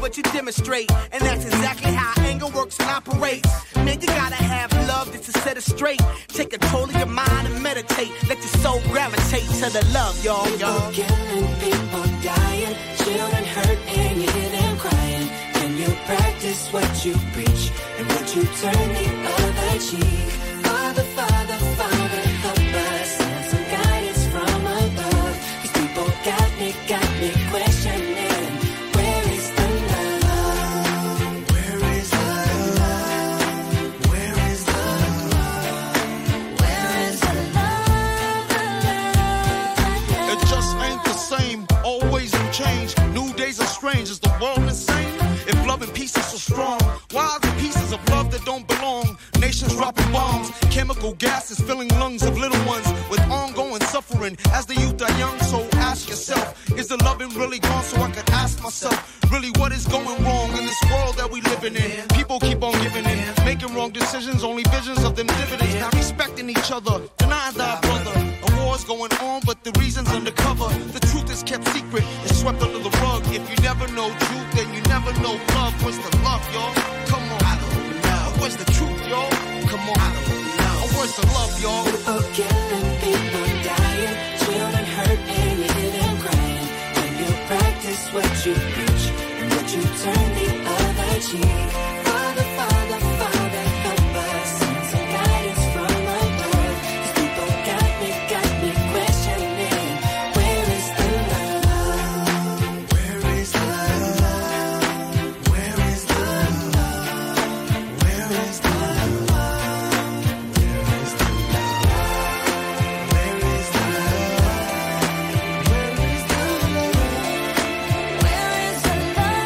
what you demonstrate. And that's exactly how anger works and operates. Man, you gotta have love just to set it straight. Take control of your mind and meditate. Let your soul gravitate to the love, y'all. People killing, people dying, children hurt and you hear them crying. Can you practice what you preach? And would you turn the other cheek? Father, Father, Father, help us. Send some guidance from above. These people got me, got me questioning. Where is the love? Where is the love? Where is the love? Where is the love? The love? It just ain't the same. Always in change. New days are strange. Is the world insane? If love and peace is so strong, why are the pieces of love that don't belong? Nations dropping bombs, chemical gases filling lungs of little ones with ongoing suffering. As the youth are young, so ask yourself, is the loving really gone? So I could ask myself, really what is going wrong in this world that we living in? People keep on giving in, making wrong decisions, only visions of them dividends. Not respecting each other, denying thy brother. A war's going on, but the reason's undercover. The truth is kept secret, it's swept under the rug. If you never know truth, then you never know love. Where's the love, y'all? Come on. I don't know. Where's the truth, y'all? Come on. I don't know. Where's the love, y'all? People killing, people dying, children hurt and you hear them crying. When you practice what you preach, and would you turn the other cheek? Father, Father, Father, help us. Send some guidance from above. These people got me, got me questioning. Where is the love? Where is the love? Where is the love? Where is the love? Where is the love? Where is the love? Where is the love? Where is the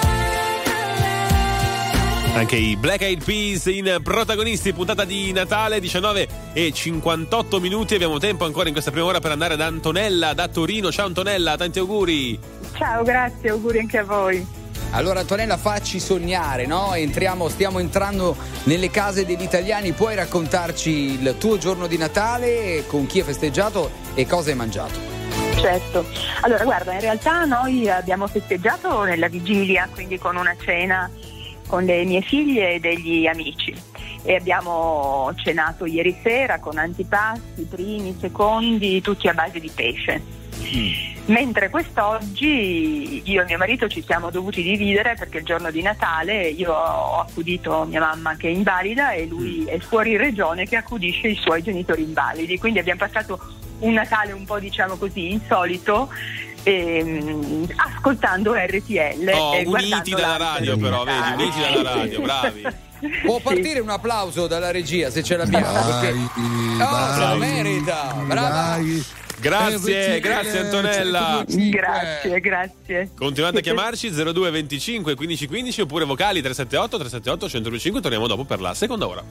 love? Anche i Black Eyed Peas in protagonisti, puntata di Natale, diciannove e cinquantotto minuti. Abbiamo tempo ancora in questa prima ora per andare da Antonella da Torino. Ciao Antonella, tanti auguri. Ciao, grazie, auguri anche a voi. Allora Antonella, facci sognare, no? Entriamo, stiamo entrando nelle case degli italiani. Puoi raccontarci il tuo giorno di Natale, con chi hai festeggiato e cosa hai mangiato? Certo, allora guarda, in realtà noi abbiamo festeggiato nella vigilia, quindi con una cena con le mie figlie e degli amici, e abbiamo cenato ieri sera con antipasti, primi, secondi, tutti a base di pesce. Mentre quest'oggi io e mio marito ci siamo dovuti dividere perché il giorno di Natale io ho accudito mia mamma che è invalida e lui è fuori regione che accudisce i suoi genitori invalidi, quindi abbiamo passato un Natale un po', diciamo così, insolito, ehm, ascoltando R T L. Oh, e uniti dalla radio però, vedi, uniti dalla radio, bravi. Può partire un applauso dalla regia se ce l'abbiamo, perché oh, se lo merita, brava. Grazie, grazie Antonella. Grazie, grazie. Continuate a chiamarci zero due venticinque quindici quindici oppure vocali tre sette otto tre sette otto uno zero due cinque. Torniamo dopo per la seconda ora.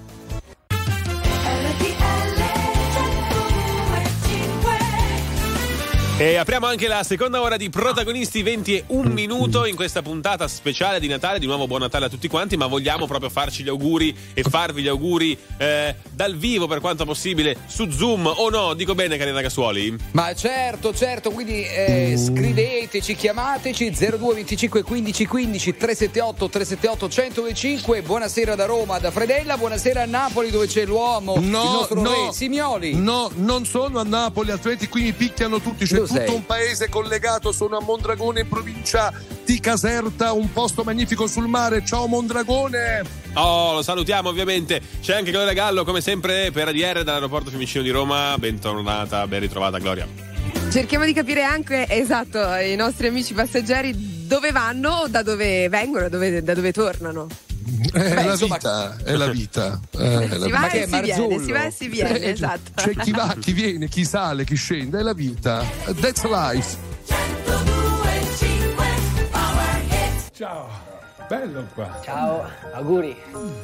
E apriamo anche la seconda ora di Protagonisti, venti e un minuto in questa puntata speciale di Natale. Di nuovo buon Natale a tutti quanti, ma vogliamo proprio farci gli auguri e farvi gli auguri eh, dal vivo per quanto possibile su Zoom, o no? Dico bene, Carina Casuoli? Ma certo, certo, quindi eh, scriveteci, chiamateci zero due venticinque quindici quindici tre sette otto tre sette otto uno zero due cinque. Buonasera da Roma, da Fredella, buonasera a Napoli dove c'è l'uomo, No, il nostro no, re Simioli. No, non sono a Napoli, altrimenti qui mi picchiano tutti. C'è tutto sei? un paese collegato. Sono a Mondragone, in provincia di Caserta, un posto magnifico sul mare. Ciao Mondragone. Oh, lo salutiamo ovviamente. C'è anche Gloria Gallo, come sempre, per A D R dall'aeroporto Fiumicino di Roma. Bentornata, ben ritrovata Gloria. Cerchiamo di capire anche, esatto, i nostri amici passeggeri dove vanno, da dove vengono, dove, da dove tornano. È Beh, la insomma, vita, è la vita. Eh, è la Si va vita. e si viene, si va e si viene, Eh, esatto. C'è chi va, chi viene, chi sale, chi scende, è la vita. That's life. Ciao, bello qua. Ciao, auguri.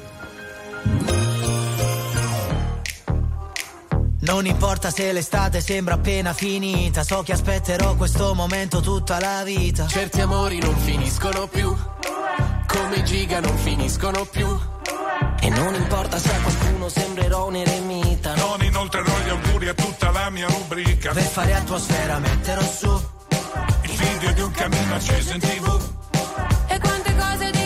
Non importa se l'estate sembra appena finita, so che aspetterò questo momento tutta la vita. Certi amori non finiscono più, come giga non finiscono più. E non importa se a qualcuno sembrerò un eremita, Non inoltrerò gli auguri a tutta la mia rubrica. per fare atmosfera metterò su Il video di un cammino acceso in tv. E quante cose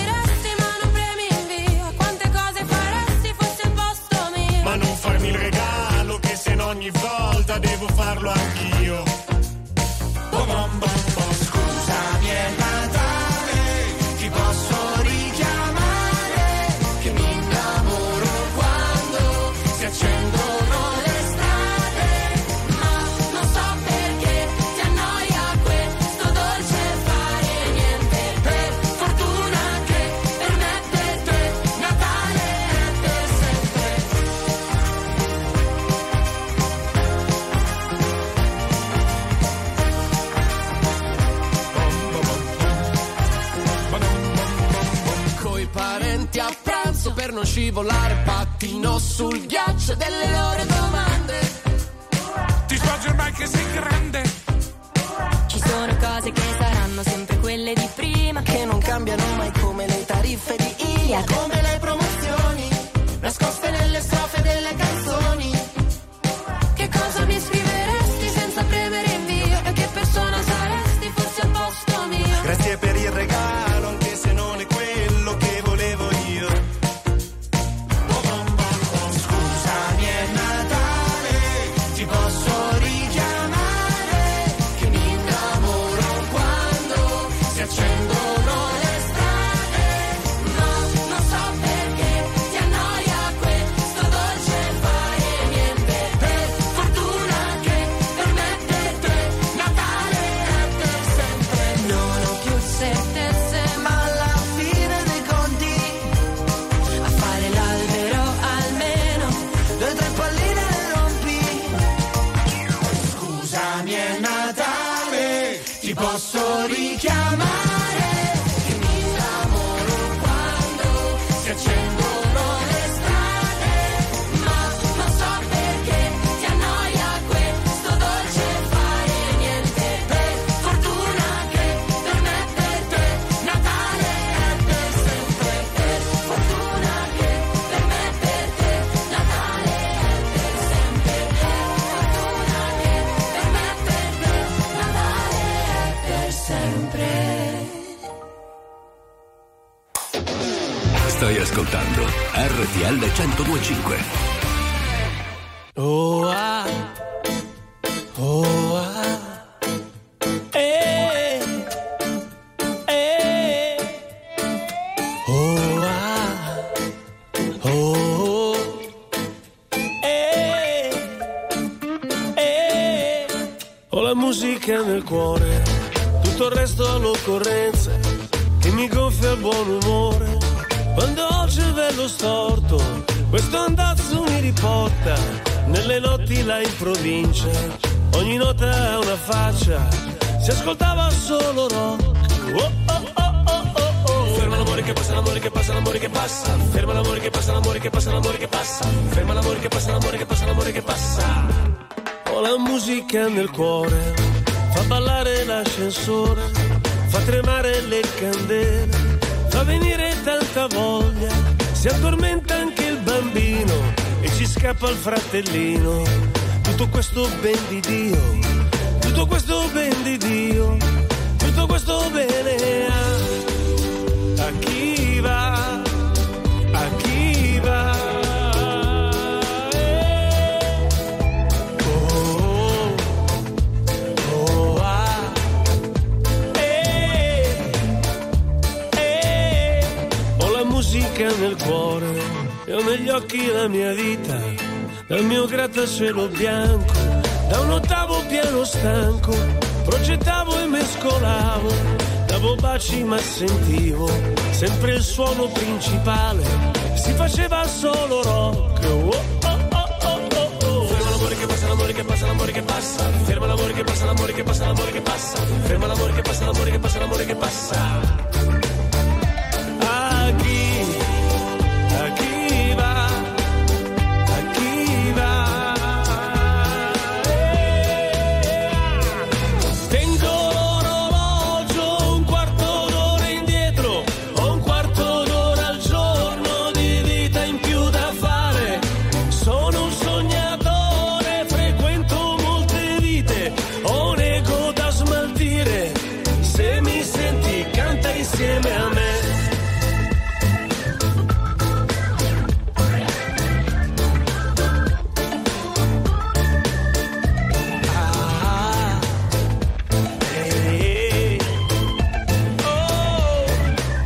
scivolare, pattino sul ghiaccio delle loro domande. Ti svolge ormai che sei grande. Ci sono cose che saranno sempre quelle di prima, che non cambiano mai, come le tariffe di I A, come le promozioni nascoste nelle strofe delle canzoni. Che cosa mi scriveresti senza premere invio? E che persona saresti forse al posto mio? Grazie per il regalo, anche se non è quello che volevo io. Scusami, è Natale, ti posso richiamare, che mi innamoro quando si accendono le strade, ma non so perché ti annoia questo dolce fare niente. Per fortuna che per me, per te, Natale è per sempre. Non ho più certezze, Ma alla fine dei conti, a fare l'albero almeno due o tre palline le rompi. Scusami, è Natale, ti posso richiamare, che mi innamoro quando si accendono le strade, ma non so perché ti annoia questo dolce fare niente. Per fortuna che per me, per te, Natale è per sempre. Per fortuna che per me, per te, Natale è per sempre. Per fortuna che per me, per te, Natale è per sempre. Stai ascoltando R T L centodue e cinque. Oh ah, oh ah, eh, eh, oh ah, oh, eh, eh. Ho la musica nel cuore, tutto il resto all'occorrenza, che mi gonfia il buon umore. Quando ho il cervello storto, questo andazzo mi riporta nelle notti là in provincia. Ogni nota ha una faccia, si ascoltava solo rock. Oh, oh, oh, oh, oh, oh. Ferma l'amore che passa, l'amore che passa, l'amore che passa. Ferma l'amore che passa, l'amore che passa, l'amore che passa. Ferma l'amore che passa, l'amore che passa, l'amore che passa. Ho la musica nel cuore, fa ballare l'ascensore, fa tremare le candele, fa venire tanta voglia, si addormenta anche il bambino e ci scappa il fratellino. Tutto questo ben di Dio, tutto questo ben di Dio, tutto questo bene a, a chi va, a chi va. Eh. Oh, oh, ah. Eh. Eh. Ho la musica nel cuore e ho negli occhi la mia vita, dal mio grattacielo bianco, da un ottavo piano stanco, progettavo e mescolavo, davo baci ma sentivo sempre il suono principale, si faceva solo rock. Oh, oh, oh, oh, oh, oh. Ferma l'amore che passa, l'amore che passa, l'amore che passa. Ferma l'amore che passa, l'amore che passa, l'amore che passa. Ferma l'amore che passa, l'amore che passa, l'amore che passa. A chi, a chi va, a chi va. Tengo l'orologio un quarto d'ora indietro, ho un quarto d'ora al giorno di vita in più da fare. Sono un sognatore, frequento molte vite, ho un ego da smaltire. Se mi senti, canta insieme a me. Ah, eh, oh,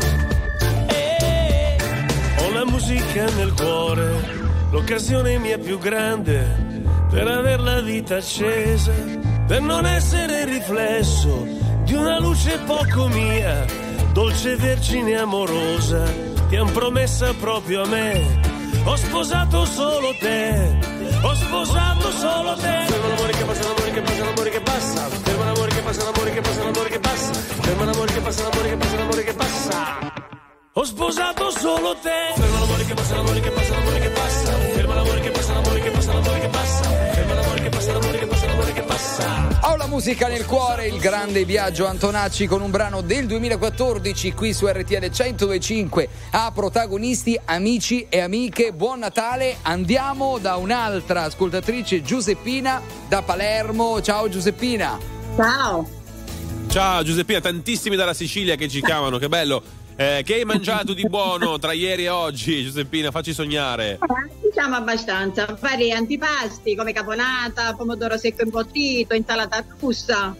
eh. Ho la musica nel cuore, l'occasione mia più grande per aver la vita accesa, per non essere riflesso di una luce poco mia, dolce vergine amorosa, ti han promessa proprio a me. Ho sposato solo te, ho sposato solo te. Ferma l'amore che passa, l'amore che passa, l'amore che passa. Ferma l'amore che passa, l'amore che passa, l'amore che passa. Ferma l'amore che passa, l'amore che passa, l'amore che passa. ho sposato solo te. Ferma l'amore che passa, l'amore che passa, l'amore che passa. Ferma l'amore che passa, l'amore che passa, l'amore che passa. Ferma l'amore che passa, l'amore che passa, l'amore che passa. Ho la musica nel cuore, il grande Biagio Antonacci con un brano del duemilaquattordici qui su R T L centodue e cinque a protagonisti, amici e amiche. Buon Natale. Andiamo da un'altra ascoltatrice, Giuseppina da Palermo. Ciao Giuseppina. Ciao. Ciao Giuseppina, tantissimi dalla Sicilia che ci chiamano, che bello. Eh, che hai mangiato di buono tra ieri e oggi, Giuseppina? Facci sognare. Eh, diciamo abbastanza, vari antipasti come caponata, pomodoro secco imbottito, insalata russa.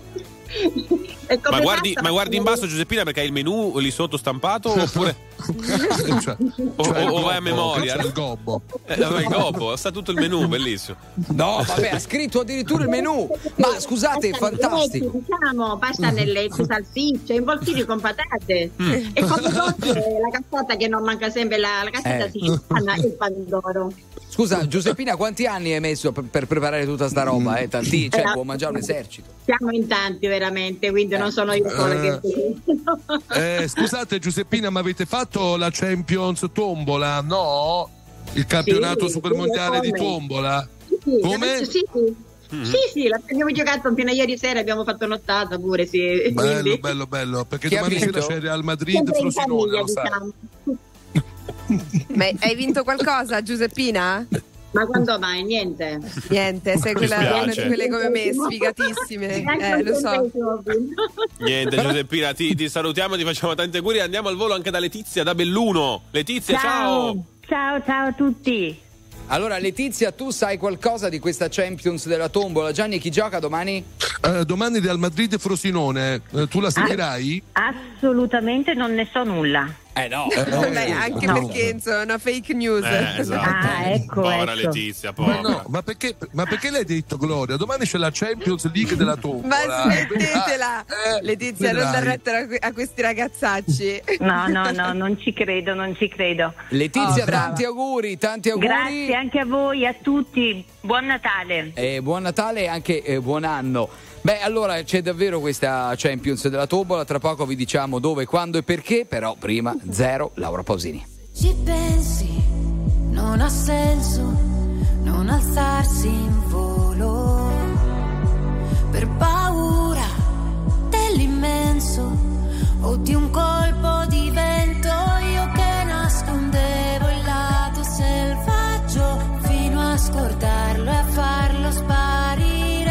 E come Ma guardi, pasta, ma guardi in basso, Giuseppina, perché hai il menù lì sotto stampato oppure cioè, o, cioè o, o il vai a memoria? C'è il gobbo. Eh, il gobbo, sta tutto il menù, bellissimo. No, vabbè, ha scritto addirittura il menù. Ma scusate, è fantastico. Diciamo pasta nelle leggi, salsicce, involtini con patate. Mm. E come dolce la cassata che non manca sempre, la, la cassata Eh. siciliana e il pandoro. Scusa, Giuseppina, quanti anni hai messo per, per preparare tutta sta roba? Eh? Tanti, cioè, Eh, può mangiare un esercito. Siamo in tanti veramente, quindi non sono io sola che Eh, scusate Giuseppina, ma avete fatto la Champions tombola? No? Il campionato Sì, supermondiale sì, di come? tombola? Sì, Come? adesso sì, sì. Mm. Sì, sì, l'abbiamo giocato fino a ieri sera, abbiamo fatto nottata pure, sì. Bello, Quindi- bello, bello. Perché Chi ha domani sera vinto? c'è Real Madrid Sempre in Frosinone, famiglia, lo sai. diciamo. Ma hai vinto qualcosa, Giuseppina? Ma quando mai? Niente. Niente, sei quella, dispiace. una di quelle come me, sfigatissime. Eh, lo so. Niente, Giuseppina, ti, ti salutiamo, ti facciamo tanti auguri. Andiamo al volo anche da Letizia, da Belluno. Letizia, ciao. Ciao, ciao a tutti. Allora, Letizia, tu sai qualcosa di questa Champions della tombola? Gianni, chi gioca domani? Eh, domani Real Madrid Frosinone, eh, tu la seguirai? Assolutamente non ne so nulla. Eh no, Vabbè, anche no. perché insomma, è una fake news. Eh, esatto. Ah, ecco, Povera ecco. Letizia, Ma povera. no, ma perché, ma perché l'hai detto Gloria? Domani c'è la Champions League della tombola. Ma smettetela, Eh, Letizia, non dar vedrai. retta a que- a questi ragazzacci. No, no, no, non ci credo, non ci credo. Letizia, Oh, brava. tanti auguri, tanti auguri. Grazie anche a voi, a tutti. Buon Natale. E buon Natale e anche eh, buon anno. Beh, allora c'è davvero questa Champions della tombola. Tra poco vi diciamo dove, quando e perché. Però prima, zero, Laura Pausini. Ci pensi, non ha senso non alzarsi in volo per paura dell'immenso o di un colpo di vento. Io che nascondevo il lato selvaggio fino a scordarlo e a farlo sparire.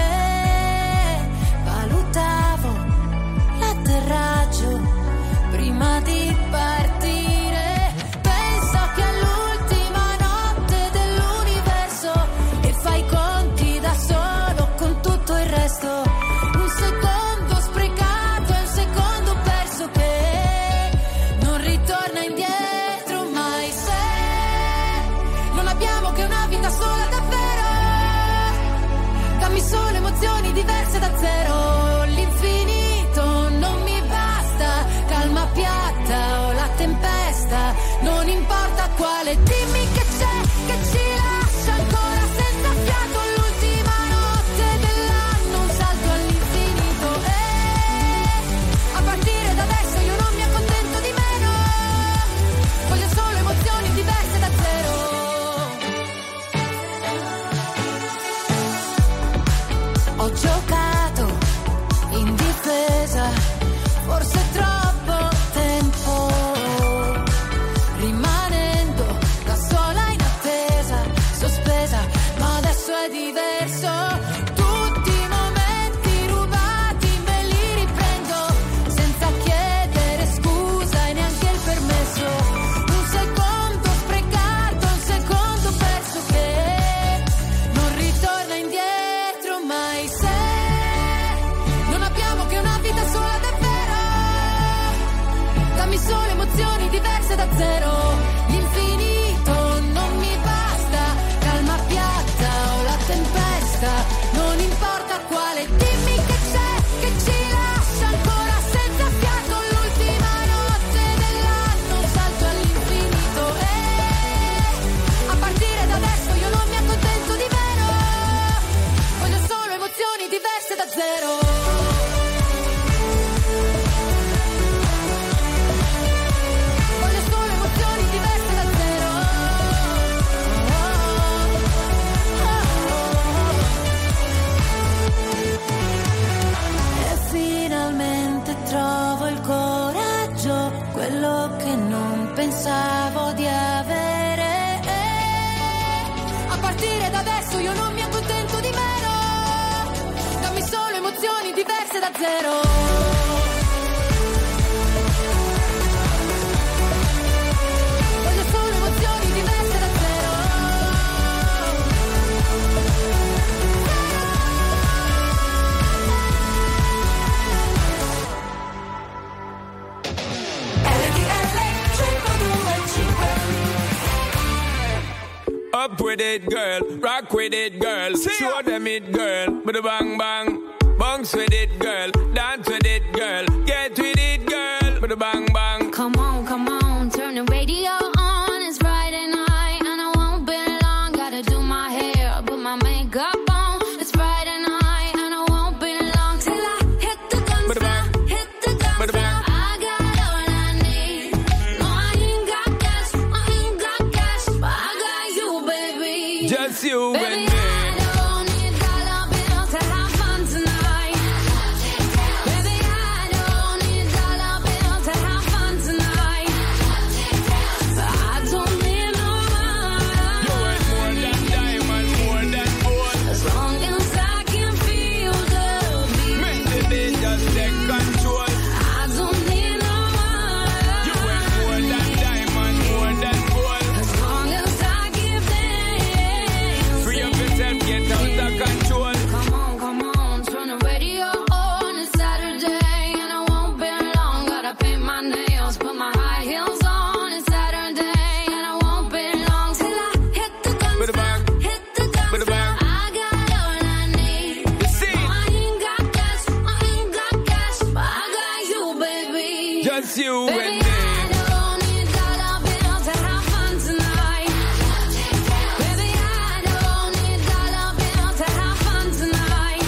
Valutavo l'atterraggio prima di partire. Penso che all'ultima notte dell'universo e fai i conti da solo con tutto il resto. Un secondo sprecato e un secondo perso che non ritorna indietro mai. Se non abbiamo che una vita sola davvero, dammi solo emozioni diverse da zero. L'infinito non mi basta, calma piatta o la tempesta, non importa quale, dimmi che c'è, che ci lascia ancora senza fiato. L'ultima notte dell'anno, un salto all'infinito e a partire da adesso io non mi accontento di meno, voglio solo emozioni diverse da zero. Ho giocato in difesa, forse troppo tempo, rimanendo da sola in attesa, sospesa, ma adesso è diverso. Tutti i momenti rubati me li riprendo, senza chiedere scusa e neanche il permesso. Un secondo sprecato, un secondo perso che non ritorna indietro mai. Se non abbiamo che una vita sola davvero, dammi solo emozioni diverse da zero. L'infinito non mi basta, calma piatta o la tempesta, non importa quale, dimmi che c'è, che ci lascia ancora senza fiato. L'ultima notte dell'anno, un salto all'infinito e a partire da adesso io non mi accontento di meno, voglio solo emozioni diverse da zero. Voglio solo che non pensavo di avere. A partire da adesso io non mi accontento di meno, dammi solo emozioni diverse da zero. Up with it, girl. Rock with it, girl. Show them it, girl. With a bang bang. Bounce with it, girl. Dance with it, girl. Get with it, girl. With a bang bang. Come on, come on. Turn the radio on. It's Friday night and I won't be long. Gotta do my hair, put my makeup on. It's Friday night and I won't be long till I hit the dance floor. Hit the dance floor. I got all I need. No, I ain't got cash. I ain't got cash, but I got you, baby. Just you Baby, and me. I don't need dollar bills to have fun tonight. Baby, I don't need dollar bills to have fun tonight. I don't need no money. You ain't more than diamond, more than gold. As long as I can feel the beat. Make the beat just take control. I don't need no money. You ain't more than diamond, more than gold. As long as I give them. Free up yourself, get out of control. Come on, come on, turn the radio on. It's Saturday and I won't be long. Gotta paint my nails, put my high heels on. It's Saturday and I won't be long till I hit the dance With a bang. floor. Hit the dance With a floor. bang. I got all I need. You see? No, I ain't got cash, I ain't got cash, but I got you, baby. Just you Baby, and me. I don't need dollar bills to have fun tonight. Baby, I don't need dollar bills to have fun tonight.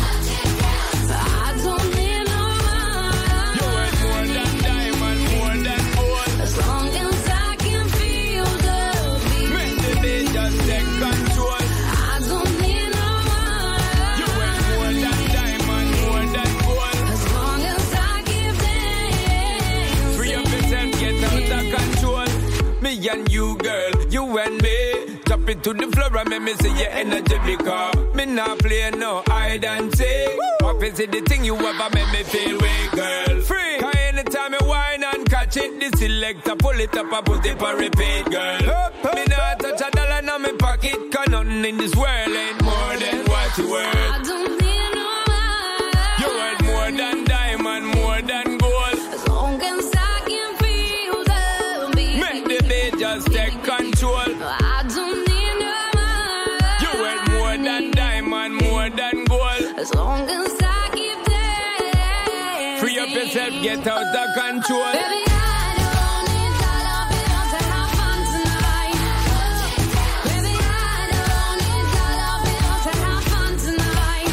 I don't need no money. You ain't more than diamond, more than gold. As long as I can feel the beat. Make the beat just take control. I don't need no money. You ain't more than diamond, more than gold. As long as I give them. Free up yourself, get out of control. Me and you, girl, you and me. Drop it to the floor and make me see your energy because me not play no hide and seek. What is it the thing you ever make me feel weak, girl? Free. Cause anytime I whine and catch it, the selector pull it up and put it for repeat, girl. Me not touch a dollar in my pocket, cause nothing in this world ain't more than what you worth. I don't need no money. You worth more than diamond, more than gold. As long as I can feel the beat. Make the beat just take control. I don't need no money. You worth more than diamond, more than gold. As long as I keep dancing. Free up yourself, get out of control. Baby, I don't need dollar bills to have fun tonight. Baby, I don't need dollar bills to have fun tonight.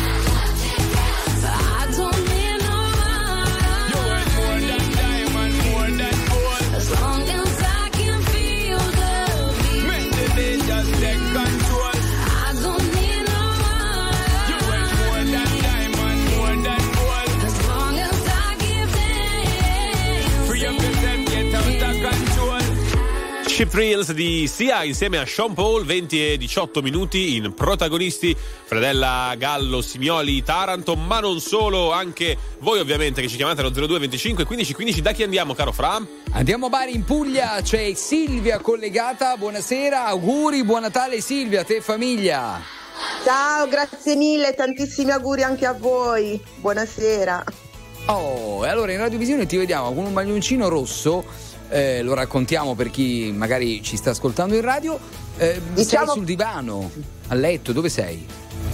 I don't need no money. You worth more than diamond, more than gold. As long as I can feel the beat. Make the beat just take control. I don't need no money. You worth more than diamond, more than gold. As long as I give them. Free up yourself, get out of control. Ship Reels di Sia insieme a Sean Paul, venti e diciotto minuti in protagonisti Fredella, Gallo, Simioli, Taranto, ma non solo, anche voi ovviamente che ci chiamate allo zero due venticinque quindici quindici. Da chi andiamo, caro Fra? Andiamo a Bari in Puglia, c'è Silvia collegata, buonasera, auguri, buon Natale Silvia, a te e famiglia. Ciao, grazie mille, tantissimi auguri anche a voi, buonasera. Oh, e allora in radiovisione ti vediamo con un maglioncino rosso. Eh, lo raccontiamo per chi magari ci sta ascoltando in radio. Eh, Diciamo- Sei sul divano, a letto, dove sei?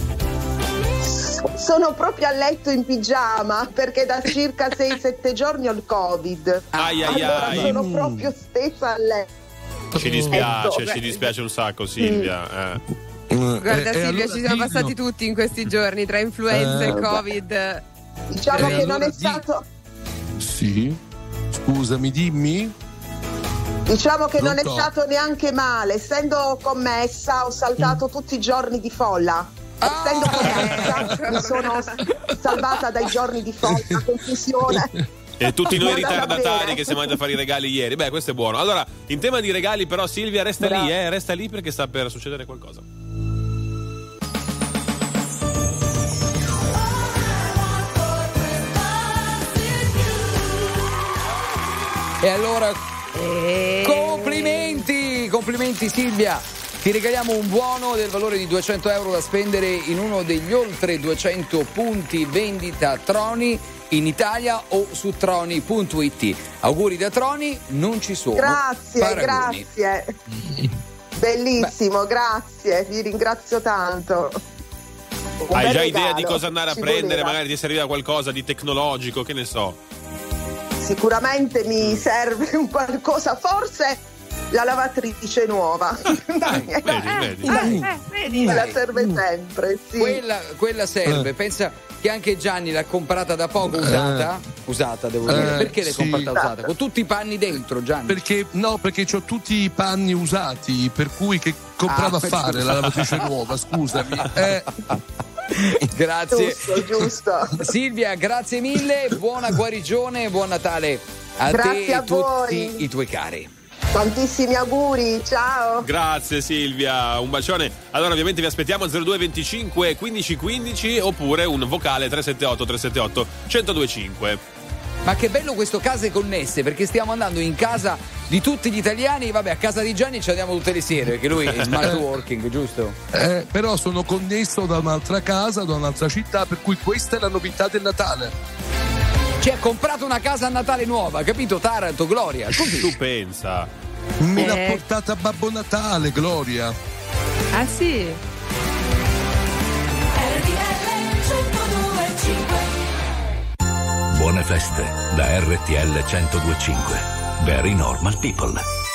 Sono proprio a letto in pigiama perché da circa sei sette giorni ho il Covid. Ai, ai, allora ai. sono proprio stessa a letto. Ci dispiace, Ecco, ci dispiace un sacco, Silvia. Eh. Guarda Eh, Silvia, allora ci siamo dillo. passati tutti in questi giorni tra influenza Eh, e Covid. Diciamo Eh, che non allora è di- stato Sì? Scusami, dimmi. Diciamo che non è Pronto? stato neanche male, essendo commessa ho saltato tutti i giorni di folla. Essendo commessa mi sono salvata dai giorni di folla, confusione. E tutti noi Guarda, ritardatari bene. che siamo andati a fare i regali ieri. Beh, questo è buono. Allora, in tema di regali, però, Silvia, resta Bravo. lì, eh, resta lì perché sta per succedere qualcosa. E allora, complimenti, complimenti Silvia. Ti regaliamo un buono del valore di duecento euro da spendere in uno degli oltre duecento punti vendita Troni in Italia o su troni punto it. Auguri da Troni, non ci sono Grazie, paragoni. grazie. Bellissimo, grazie, vi ringrazio tanto. Un Hai bel già regalo, idea di cosa andare a ci prendere? voleva. Magari ti serviva qualcosa di tecnologico, che ne so. Sicuramente mi serve un qualcosa, forse la lavatrice nuova. Vedi, vedi. Eh, vedi. Me la serve sempre, sì. Quella, quella serve, pensa che anche Gianni l'ha comprata da poco usata. Usata, devo dire. Eh, Perché l'hai sì. comprata usata? Con tutti i panni dentro, Gianni. Perché no, perché ho tutti i panni usati, per cui che compravo Ah, a fare scusa. la lavatrice nuova, scusami. Eh, Grazie. Giusto, giusto. Silvia, grazie mille, buona guarigione e buon Natale a Grazie te e a a tutti voi. i tuoi cari. Tantissimi auguri, ciao. Grazie Silvia, un bacione. Allora ovviamente vi aspettiamo zero due venticinque quindici quindici oppure un vocale tre sette otto tre sette otto uno zero due cinque. Ma che bello questo Case Connesse, perché stiamo andando in casa di tutti gli italiani. Vabbè, a casa di Gianni ci andiamo tutte le sere, perché lui è smart working, giusto? eh, però sono connesso da un'altra casa, da un'altra città, per cui questa è la novità del Natale. Ci ha comprato una casa a Natale nuova, capito? Taranto, Gloria. Così. Tu pensa. Me Eh. l'ha portata Babbo Natale, Gloria. Ah sì? Buone feste da R T L centodue e cinque. Very normal people.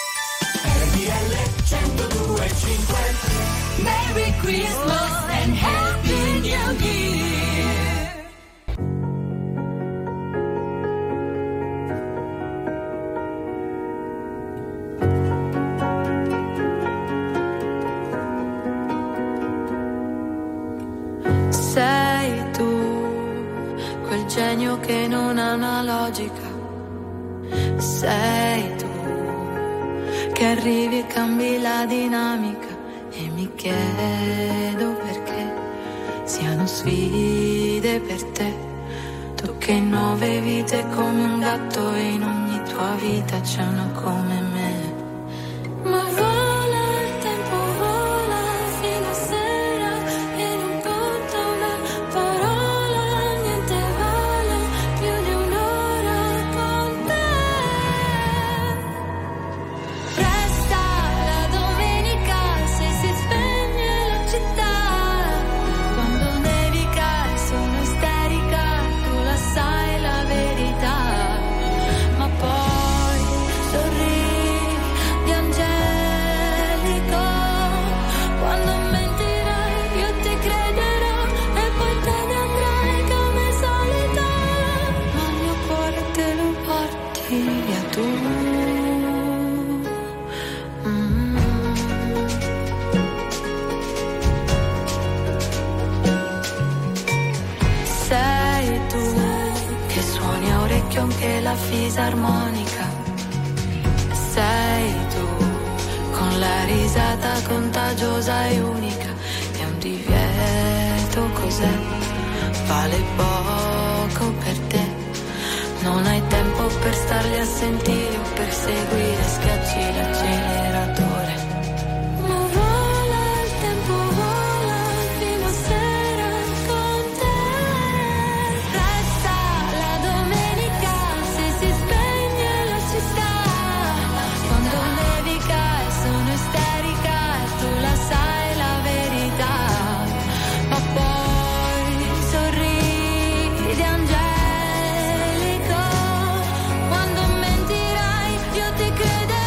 Merry Christmas and Happy New Year. Sei tu, quel genio che non ha una logica. Sei tu, che arrivi e cambi la dinamica. E mi chiedo perché siano sfide per te. Tu che in nuove vite come un gatto e in ogni tua vita c'è una come me. Ma vola il tempo, vola fino a sera e non conta una parola, niente vale più di un'ora con te. Resta la domenica se si spegne la città, quando nevica e sono isterica, tu la sai la verità, ma poi sorridi angelico, quando mentirai io ti crederò e poi te ne andrai come solita, ma il mio cuore te lo porti via tu. Mm. Sei tu che suoni a orecchio anche la fisarmonica. Sei tu con la risata contagiosa e unica. È un divieto, cos'è? Vale poco per te. Non hai tempo per starli a sentire o per seguire, schiacci l'acceleratore. Ma vola il tempo, vola fino a sera con te. Resta la domenica se si spegne la città, quando nevica e sono isterica e tu la sai la verità, ma poi sorridi angelico, quando mentirai io ti crederò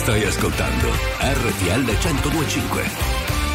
Stai ascoltando R T L centodue e cinque.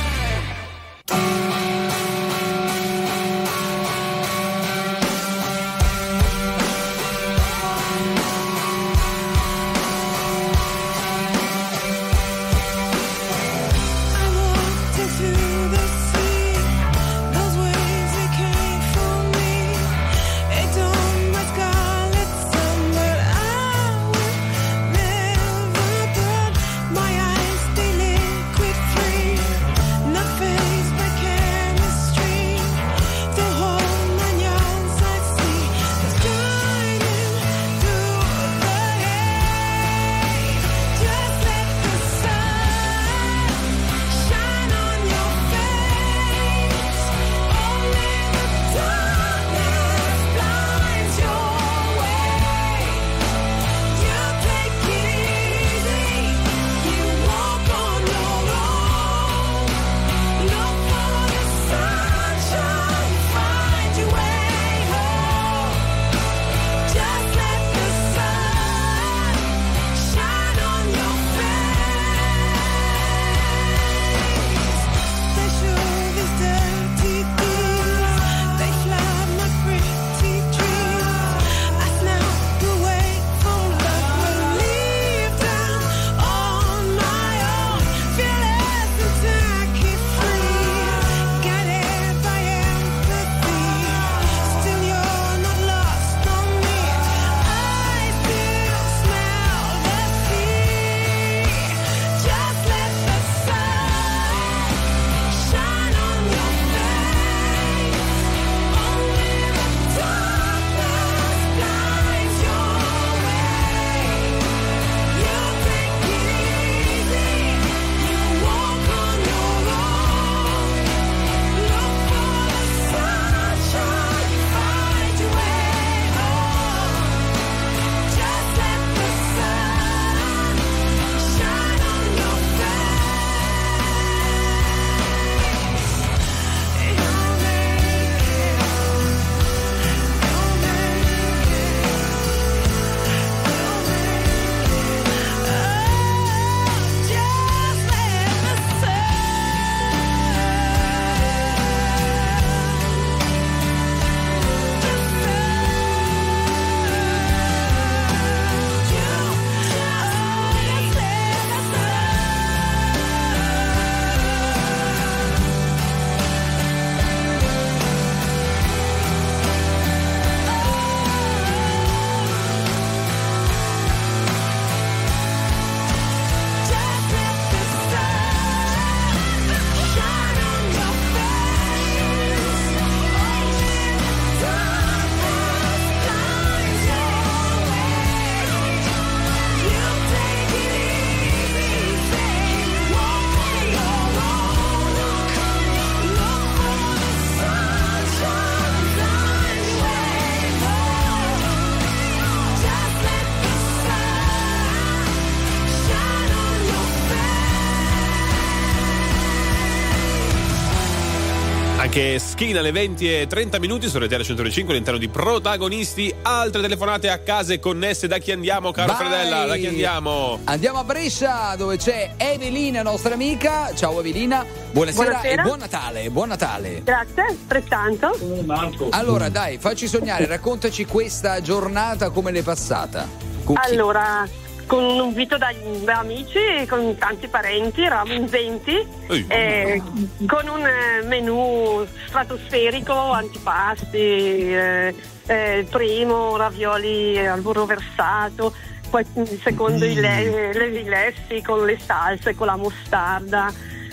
Che schina alle venti e trenta minuti su R T L centodue e cinque all'interno di Protagonisti. Altre telefonate a case connesse. Da chi andiamo, caro Vai. Fredella? Da chi andiamo? Andiamo a Brescia, dove c'è Evelina, nostra amica. Ciao Evelina, buonasera, Buonasera. e buon Natale. Buon Natale. Grazie, altrettanto. Allora, dai, facci sognare, raccontaci questa giornata, come l'è passata. Con chi? Allora, con un invito dagli amici, con tanti parenti, eravamo in venti, eh, con un eh, menù stratosferico, antipasti, eh, eh, primo ravioli al burro versato, poi il secondo i le, le vilessi con le salse, con la mostarda.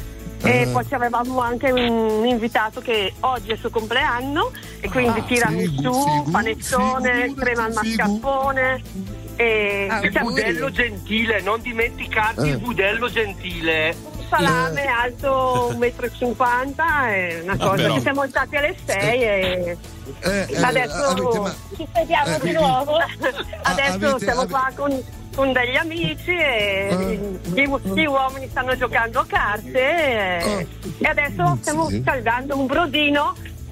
E poi ci avevamo anche un invitato che oggi è il suo compleanno e quindi Ah, tiramisù, panettone, crema al mascarpone. E il budello gentile, non dimenticarti Eh. il budello gentile. salame alto un metro e cinquanta è una cosa. però. Ci siamo stati alle sei e Eh, eh, adesso avete ma- ci vediamo eh, di quindi- nuovo. Adesso avete- siamo ave- qua con, con degli amici e gli, gli uomini stanno giocando a carte e, e adesso stiamo sì. scaldando un brodino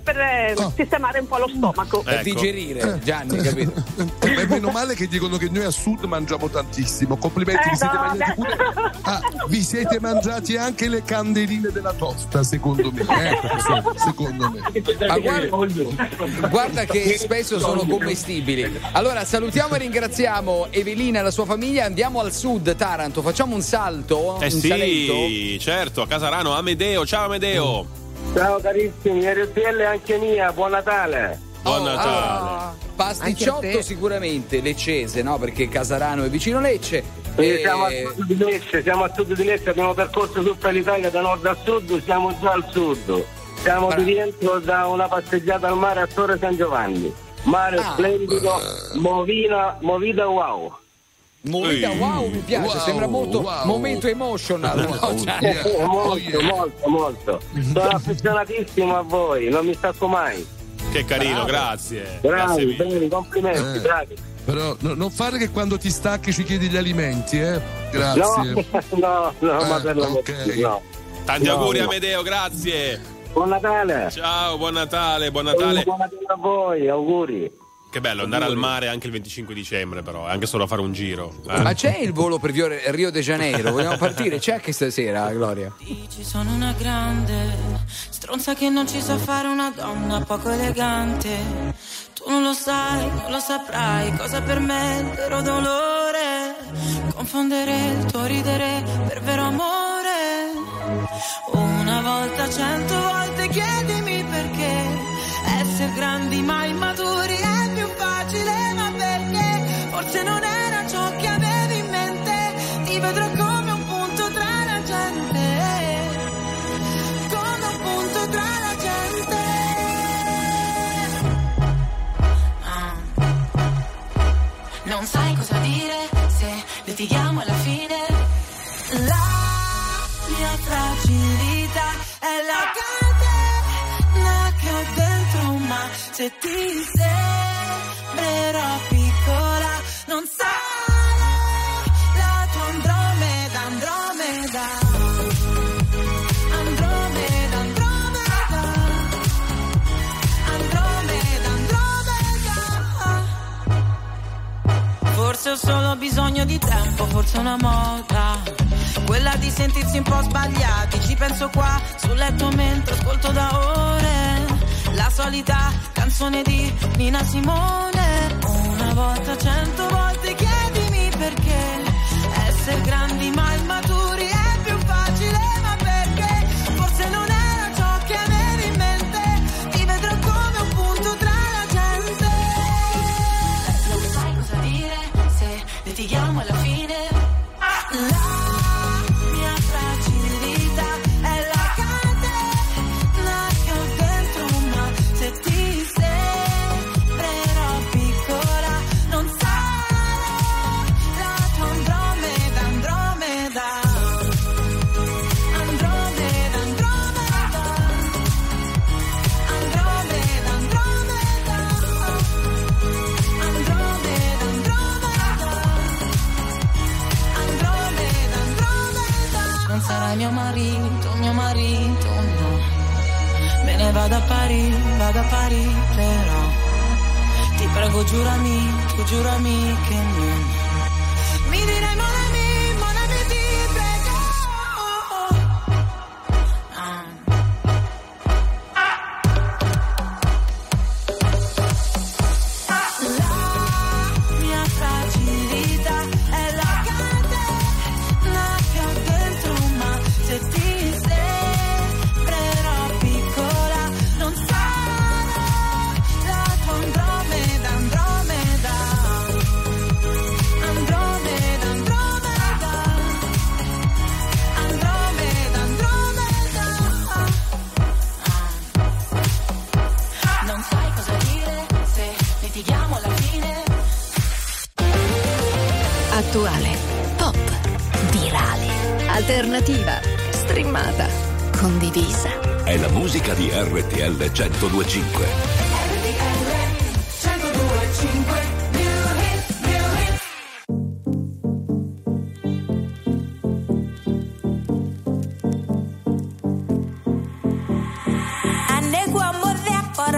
per eh, Oh. sistemare un po' lo stomaco. Per digerire, Gianni, capito? E meno male che dicono che noi a sud mangiamo tantissimo. Complimenti, Eh, vi siete no, mangiati beh. pure. Ah, vi siete mangiati anche le candeline della tosta, secondo me. Eh, sì, secondo me. Ah, guarda, guarda che spesso sono commestibili. Allora salutiamo e ringraziamo Evelina e la sua famiglia. Andiamo al sud, Taranto, facciamo un salto. Eh un sì, Salento. certo, a Casarano, Amedeo, ciao Amedeo. Ciao carissimi, R T L anche mia, buon Natale. Buon Natale. Ah, pasticciotto sicuramente, leccese, no? Perché Casarano è vicino Lecce. Sì, E- siamo a sud di Lecce, siamo a sud di Lecce, abbiamo percorso tutta l'Italia da nord a sud, siamo già al sud. Siamo Bra- di rientro da una passeggiata al mare a Torre San Giovanni. Mare Ah. splendido, movina, movida wow. Movida, Ehi. wow, mi piace, Wow, sembra molto wow. momento emotional. No, Gianni? Yeah. Eh, molto, Oh, yeah. molto, molto. Sono affezionatissimo a voi, non mi stacco mai. Che carino, Bravo. grazie. Grazie Bravi, mille. bene, complimenti, Eh. bravi. Però no- non fare che quando ti stacchi ci chiedi gli alimenti, eh? No, Grazie. no, no, ma Eh, per l'amore ok. di Dio, no. Tanti No, auguri no. Amedeo, grazie. Buon Natale. Ciao, buon Natale, buon Natale. Buon Natale a voi, auguri. Che bello andare al mare anche il venticinque dicembre, però, anche solo a fare un giro. eh. Ma c'è il volo per Rio- Rio de Janeiro? Vogliamo partire? C'è anche stasera, Gloria? Dici sono una grande stronza che non ci sa fare una donna poco elegante. Tu non lo sai, non lo saprai cosa per me è il vero dolore. Confondere il tuo ridere per vero amore. Una volta, cento volte chiedimi perché essere grandi ma immaturi è più facile, ma perché forse non era ciò che avevi in mente. Ti vedrò come un punto tra la gente, come un punto tra la gente. Ah. Non sai cosa dire se litighiamo alla fine. La mia fragilità è la catena che ho dentro, ma se ti sembrerò piccola non sarò la tua Andromeda, Andromeda. Andromeda, Andromeda. Andromeda, Andromeda. Forse ho solo bisogno di tempo, forse una moda, quella di sentirsi un po' sbagliati. Ci penso qua sul letto mentre ascolto da ore la solita canzone di Nina Simone. Una volta, cento volte chiedimi perché essere grandi ma immaturi è più facile, ma perché forse non era ciò che avevi in mente. Ti vedrò come un punto tra la gente. Non sai cosa dire se litighiamo alla fine. La mia fragilità è la catena che ho dentro, ma se ti sembrerò piccola non sarò la tua Andromeda, Andromeda. Andromeda, Andromeda. Andromeda, Andromeda. Andromeda, Andromeda. Non sarai mio marito, mio marito, no. Me ne vado a Parigi, vado a Parigi, però ti prego giurami, tu giurami che non mi dirai mon ami, mon ami, ti prego. Ah. La mia fragilità è la catena che ho dentro, ma se ti sembrerò piccola non sarò la tua Andromeda, Andromeda. Andromeda, Andromeda. Andromeda, Andromeda. Ah. Non sai cosa dire se litighiamo alla fine. Attuale, pop, virale, alternativa, streamata, condivisa. È la musica di R T L centodue e cinque. Ane kwa modhe kwa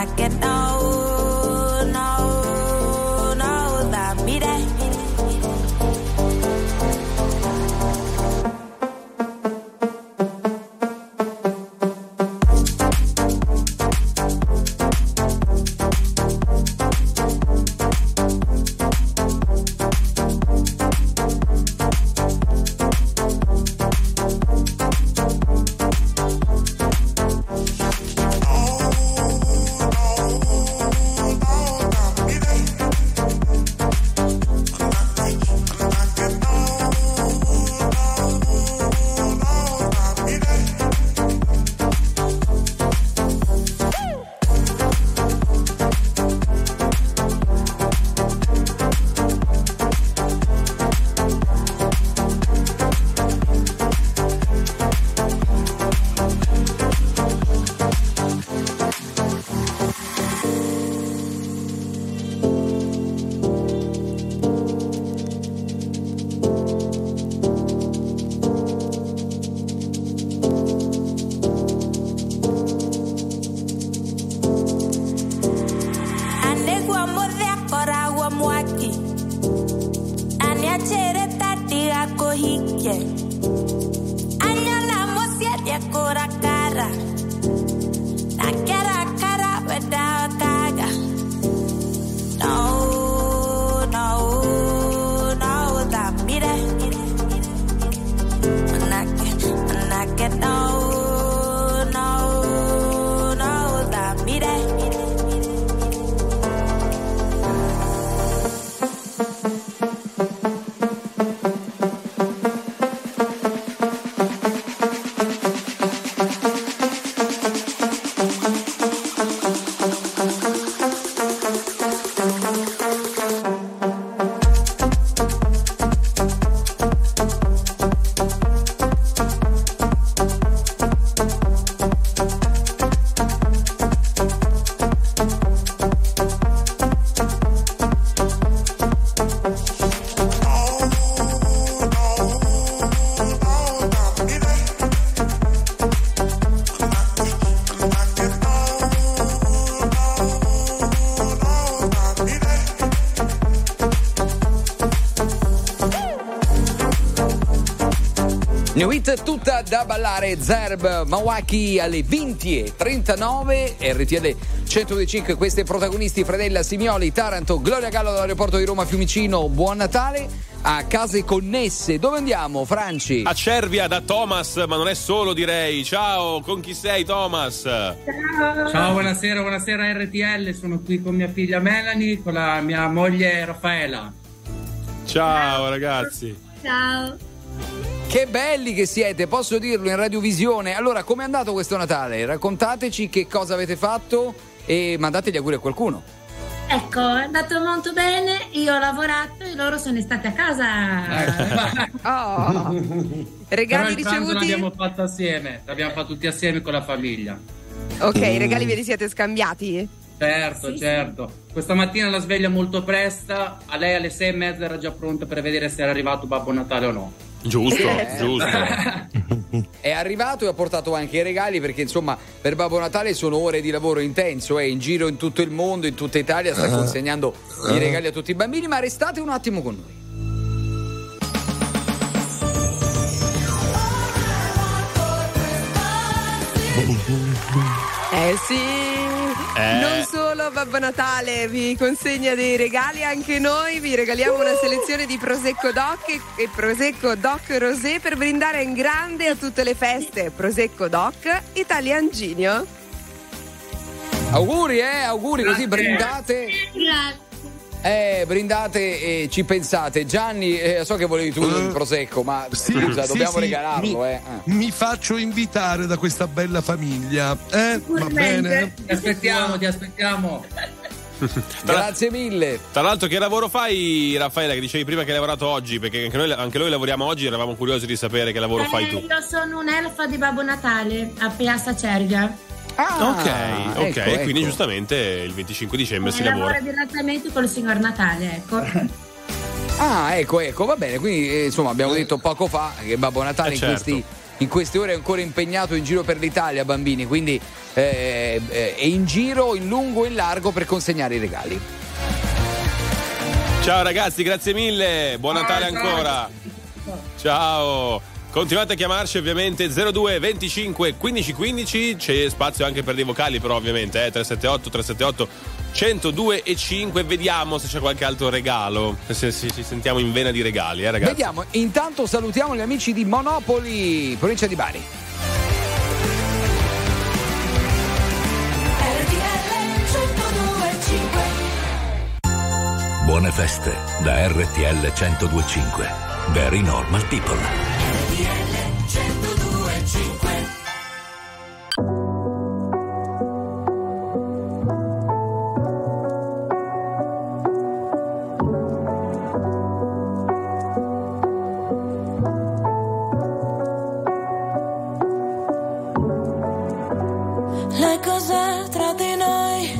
I get no, no, no, dammi dai. New hit tutta da ballare, Zerb Mawaki alle venti e trentanove, R T L centodue e cinque, questi protagonisti: Fredella, Simioli, Taranto, Gloria Gallo dall'aeroporto di Roma Fiumicino. Buon Natale a Case Connesse. Dove andiamo, Franci? A Cervia da Thomas, ma non è solo, direi. Ciao, con chi sei, Thomas? Ciao. Ciao, buonasera, buonasera R T L, sono qui con mia figlia Melanie, con la mia moglie Raffaela. Ciao ragazzi. Ciao. Che belli che siete, posso dirlo in radiovisione. Allora, com'è andato questo Natale? Raccontateci che cosa avete fatto e mandate gli auguri a qualcuno. Ecco, è andato molto bene, io ho lavorato e loro sono stati a casa. Oh. Regali ricevuti? L'abbiamo fatto assieme, l'abbiamo fatto tutti assieme con la famiglia. Ok, i regali ve li siete scambiati? Certo, sì, certo. Sì. Questa mattina la sveglia molto presta, a lei alle sei e mezza era già pronta per vedere se era arrivato Babbo Natale o no. Giusto, eh. giusto. È arrivato e ha portato anche i regali, perché insomma per Babbo Natale sono ore di lavoro intenso, è eh, in giro in tutto il mondo, in tutta Italia, sta consegnando i regali a tutti i bambini. Ma restate un attimo con noi. Eh sì, eh. Non solo Babbo Natale vi consegna dei regali, anche noi vi regaliamo una selezione di Prosecco Doc e, e Prosecco Doc Rosé per brindare in grande a tutte le feste. Prosecco Doc Italian Genio. Auguri, eh, auguri, così brindate. Grazie. Eh, brindate e ci pensate. Gianni, eh, so che volevi tu il prosecco, ma sì, scusa, sì, dobbiamo sì, regalarlo, mi, eh. Mi faccio invitare da questa bella famiglia, eh? Va bene? Ti aspettiamo, ti aspettiamo. Grazie mille. Tra l'altro, che lavoro fai, Raffaella, che dicevi prima che hai lavorato oggi? Perché anche noi, anche noi lavoriamo oggi, eravamo curiosi di sapere che lavoro eh, fai tu. Io sono un'elfa di Babbo Natale a Piazza Cervia. Ah, ok, ok, ecco, quindi ecco. giustamente il venticinque dicembre e si lavoro lavora direttamente con il signor Natale, ecco. Ah, ecco, ecco, va bene. Quindi, eh, insomma, abbiamo detto poco fa che Babbo Natale eh, in certo. questi in queste ore è ancora impegnato in giro per l'Italia, bambini, quindi eh, eh, è in giro in lungo e in largo per consegnare i regali. Ciao ragazzi, grazie mille, buon Natale ancora. Ciao. Continuate a chiamarci ovviamente zero due venticinque quindici quindici, c'è spazio anche per dei vocali però ovviamente, eh, tre sette otto tre sette otto uno zero due e cinque, vediamo se c'è qualche altro regalo, se ci sentiamo in vena di regali, eh ragazzi. Vediamo, intanto salutiamo gli amici di Monopoli, provincia di Bari. Buone feste da R T L centodue e cinque. Very normal people. R T L centodue e cinque. Le cose tra di noi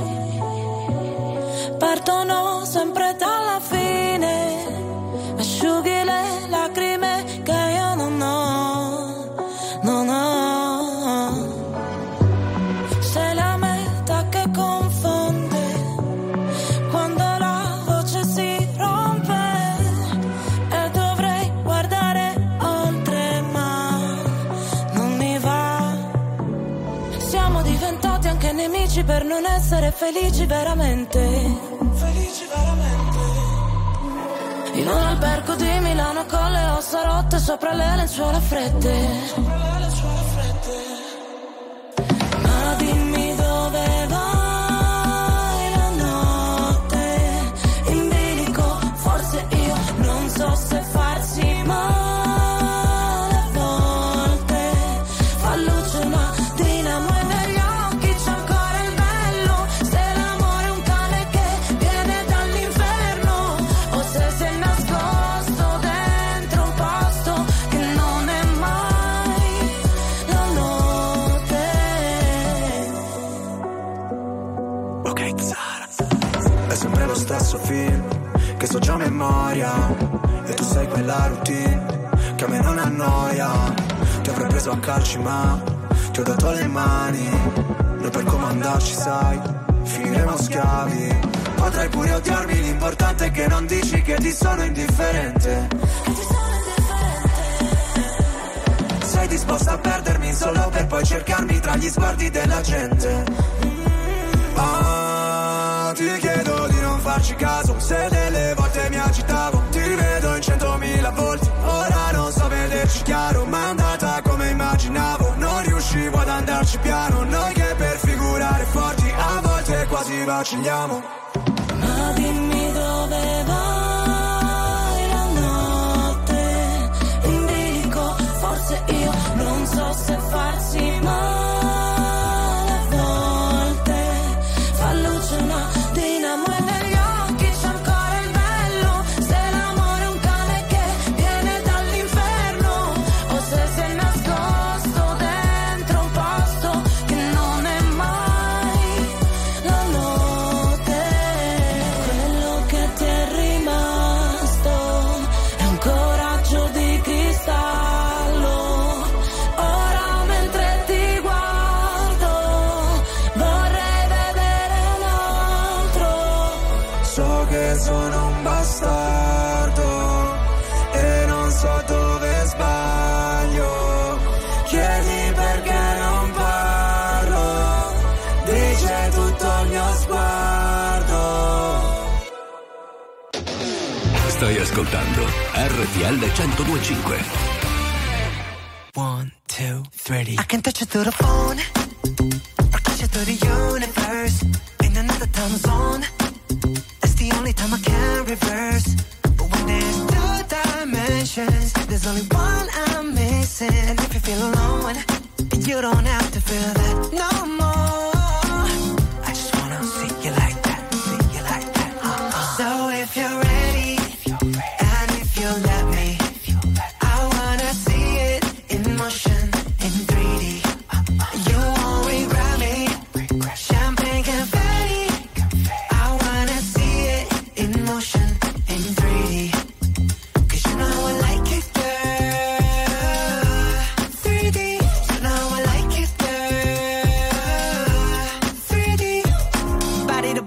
partono sempre dalla fine, asciughi le lacrime che io non ho, non ho. Sei la meta che confonde quando la voce si rompe e dovrei guardare oltre ma non mi va. Siamo diventati anche nemici per non essere felici veramente. Felici veramente. In un albergo di Milano con le ossa rotte sopra le lenzuola fredde. Sopra le lenzuola fredde. Ma dimmi dove vai la notte in bilico. Forse io non so se farsi male a volte. Fa luce una dinamo e negli occhi c'è ancora il bello. Se l'amore è un cane che viene dall'inferno o se sei nascosto dentro un posto che non è mai la notte. Ok, Zara. È sempre lo stesso film che so già a memoria e tu sei quella routine che a me non annoia. Ti avrei preso a calci ma ti ho dato le mani. Noi per comandarci sai finiremo schiavi. Potrai pure odiarmi, l'importante è che non dici che ti sono indifferente. Sei disposta a perdermi solo per poi cercarmi tra gli sguardi della gente. Ah, ti chiedo di non farci caso, se delle volte mi agitavo. Ti rivedo in centomila volti, ora non so vederci chiaro. Ma è andata come immaginavo, non riuscivo ad andarci piano. Noi che per figurare forti a volte quasi vacilliamo. Ma dimmi dove vai la notte in bilico. Forse io non so se farsi male a volte. Fa luce una dinamo e negli occhi c'è ancora il bello. Se l'amore è un cane che viene dall'inferno o se sei nascosto dentro un posto che non è mai la notte. Quello che ti è rimasto è un coraggio di cristallo. Ora mentre ti guardo vorrei vedere un altro. So che sono un bastardo e non so dove sbaglio. Chiedi perché non parlo, dice tutto il mio sguardo. Stai ascoltando R T L centodue e cinque. One, two, three. I can touch you through the phone, or touch you through the universe. In another time zone, that's the only time I can reverse. But when there's two dimensions, there's only one I'm missing. And if you feel alone, you don't have to feel that no more. I just wanna see you like that, see you like that. Uh-uh. So if you're ready, and if you let me, I wanna see it in motion, in three D. You won't regret me. Champagne confetti, I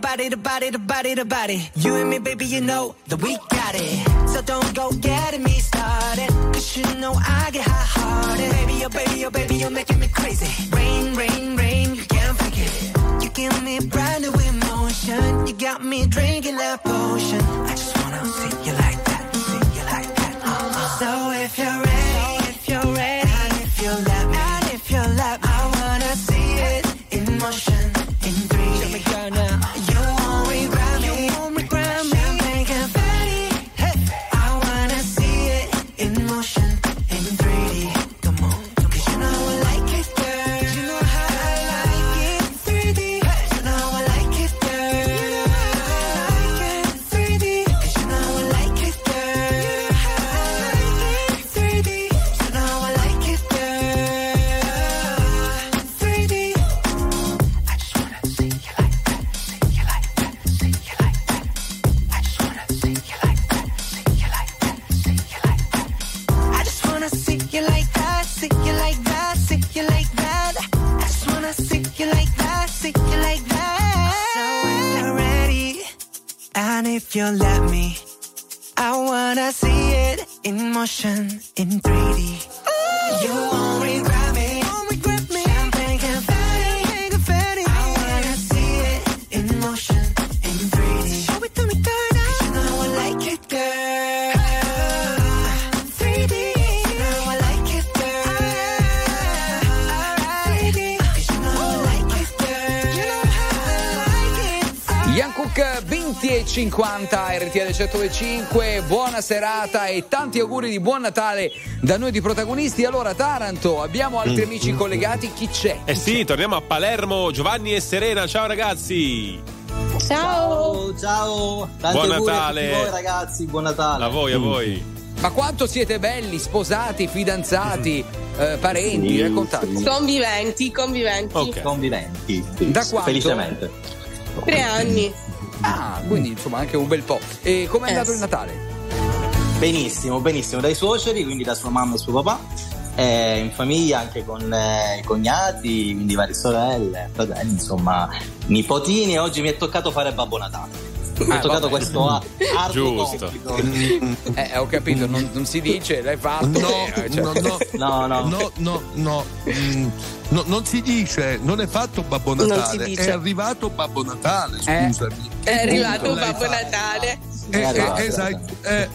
body, the body, the body, the body. You and me, baby, you know that we got it. So don't go getting me started, cause you know I get hot-hearted. Baby, oh baby, oh baby, you're making me crazy. Rain, rain, rain, you can't fake it. You give me brand new emotion. You got me drinking that potion. I just wanna see you like that, see you like that. Uh-uh. So if you're ready, if you're ready, and if you let me, and if you let me, I wanna see it in motion, in three D. Show me girl now. You won't regret me, you won't regret me. Champagne confetti, hey. I wanna see it in motion, in three D. Come on, cause you know I like it, girl. You know how I like it in three D. Hey. You know I like it, girl. You know how I like it in three D. Cause you know I like it, girl. You know how I like it in three D. You know I like it, girl. three D. I just wanna see you like that, see you like that, see you like that. I just wanna see you like that, see you like that, see you like that. I just wanna see you like that, see you like that, see you like that. I just wanna see you like that, see you like that. So if you're ready, and if you let me, I wanna see it in motion, in three D. You won't regret me, won't regret me. Champagne confetti, confetti. I wanna see it in motion, in three D. Show it to me, girl, now. 'Cause you know I like it, girl. three D. You know I like it, girl. three D. 'Cause you know I like it, girl. You know how I like it. Ian Cook, venti e cinquanta, R T L centocinque, buona serata e tanti auguri di buon Natale da noi di protagonisti. Allora Taranto, abbiamo altri Mm. amici collegati, chi c'è? Eh sì, torniamo a Palermo, Giovanni e Serena, ciao ragazzi! Ciao, ciao, tanti Buon auguri Natale. a tutti voi ragazzi, buon Natale. A voi, a voi. Ma quanto siete belli, sposati, fidanzati, eh, parenti, Sì, raccontate. Conviventi, conviventi. Conviventi, Da quanto? felicemente. Tre anni. Ah, quindi insomma anche un bel po'. E com'è andato il Natale? Benissimo, benissimo, dai suoceri, quindi da sua mamma e suo papà, eh, in famiglia anche con eh, i cognati, quindi varie sorelle, fratelli, insomma, nipotini, e oggi mi è toccato fare Babbo Natale. Mi Ah, è toccato vabbè. questo a- arduo Giusto. compito. Eh, ho capito, non, non si dice, l'hai fatto. No, eh, cioè- no, no, No, no. no, no, no, mm, no, non si dice, non è fatto Babbo Non Natale, si dice. è arrivato Babbo Natale, Eh. scusami. È arrivato Punto l'hai Babbo fatto. Natale. Eh, eh, Esatto, esatto, eh,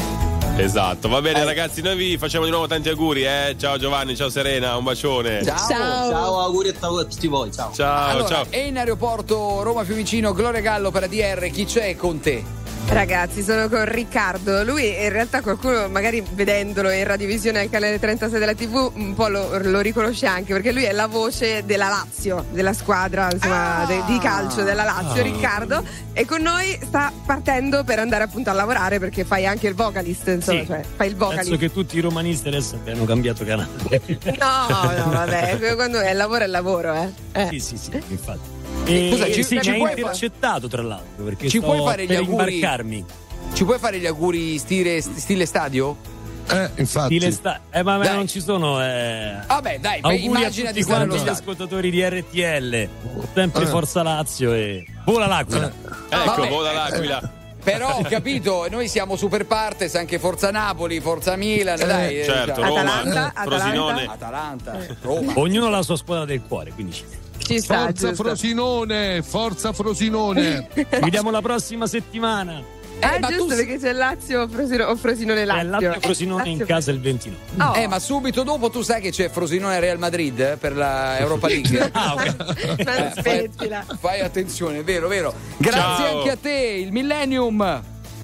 Esatto, va bene ragazzi, noi vi facciamo di nuovo tanti auguri, eh. Ciao Giovanni, ciao Serena, un bacione. Ciao. Ciao. Ciao, auguri a t- a tutti voi, ciao. Ciao, Allora, ciao. e in aeroporto Roma Fiumicino, Gloria Gallo per A D R, chi c'è con te? Ragazzi, sono con Riccardo. Lui in realtà qualcuno magari vedendolo in radiovisione al canale trentasei della tivù un po' lo, lo riconosce anche, perché lui è la voce della Lazio, della squadra insomma Ah. de- di calcio della Lazio, Ah. Riccardo, e con noi sta partendo per andare appunto a lavorare, perché fai anche il vocalist, insomma, Sì. cioè fai il vocalist. Penso che tutti i romanisti adesso abbiano cambiato canale. No, no, vabbè, quando è lavoro è lavoro, eh. eh. Sì, sì, sì, infatti. E, Scusa, ci- sì, ci mi puoi ha fa- intercettato tra l'altro perché Ci sto puoi fare gli per auguri? imbarcarmi. Ci puoi fare gli auguri stile, stile stadio? eh, infatti. Stile sta- eh, ma Dai. non ci sono eh... Vabbè, dai, beh, auguri a immagina tutti di stare allo quanti gli stadio. ascoltatori di R T L, sempre Eh. Forza Lazio e vola l'Aquila. Ecco, Vabbè. vola l'Aquila. Però ho capito, noi siamo super partes, anche Forza Napoli, Forza Milan, dai. eh, Certo, diciamo. Roma, Atalanta, Frosinone. Atalanta, Roma. Ognuno ha la sua squadra del cuore, quindi ci Ci sta, Forza giusto. Frosinone, forza Frosinone. ci vediamo la prossima settimana. Eh, ma giusto, tu- perché c'è Lazio Frosino- o Frosinone È Lazio. Lazio Frosinone in Lazio- casa il ventinove. Oh. Eh, ma subito dopo tu sai che c'è Frosinone Real Madrid eh, per la Europa League. Ah, ok. Eh, fai, Aspettila. fai attenzione, vero, vero. Grazie Ciao. anche a te, il Millennium.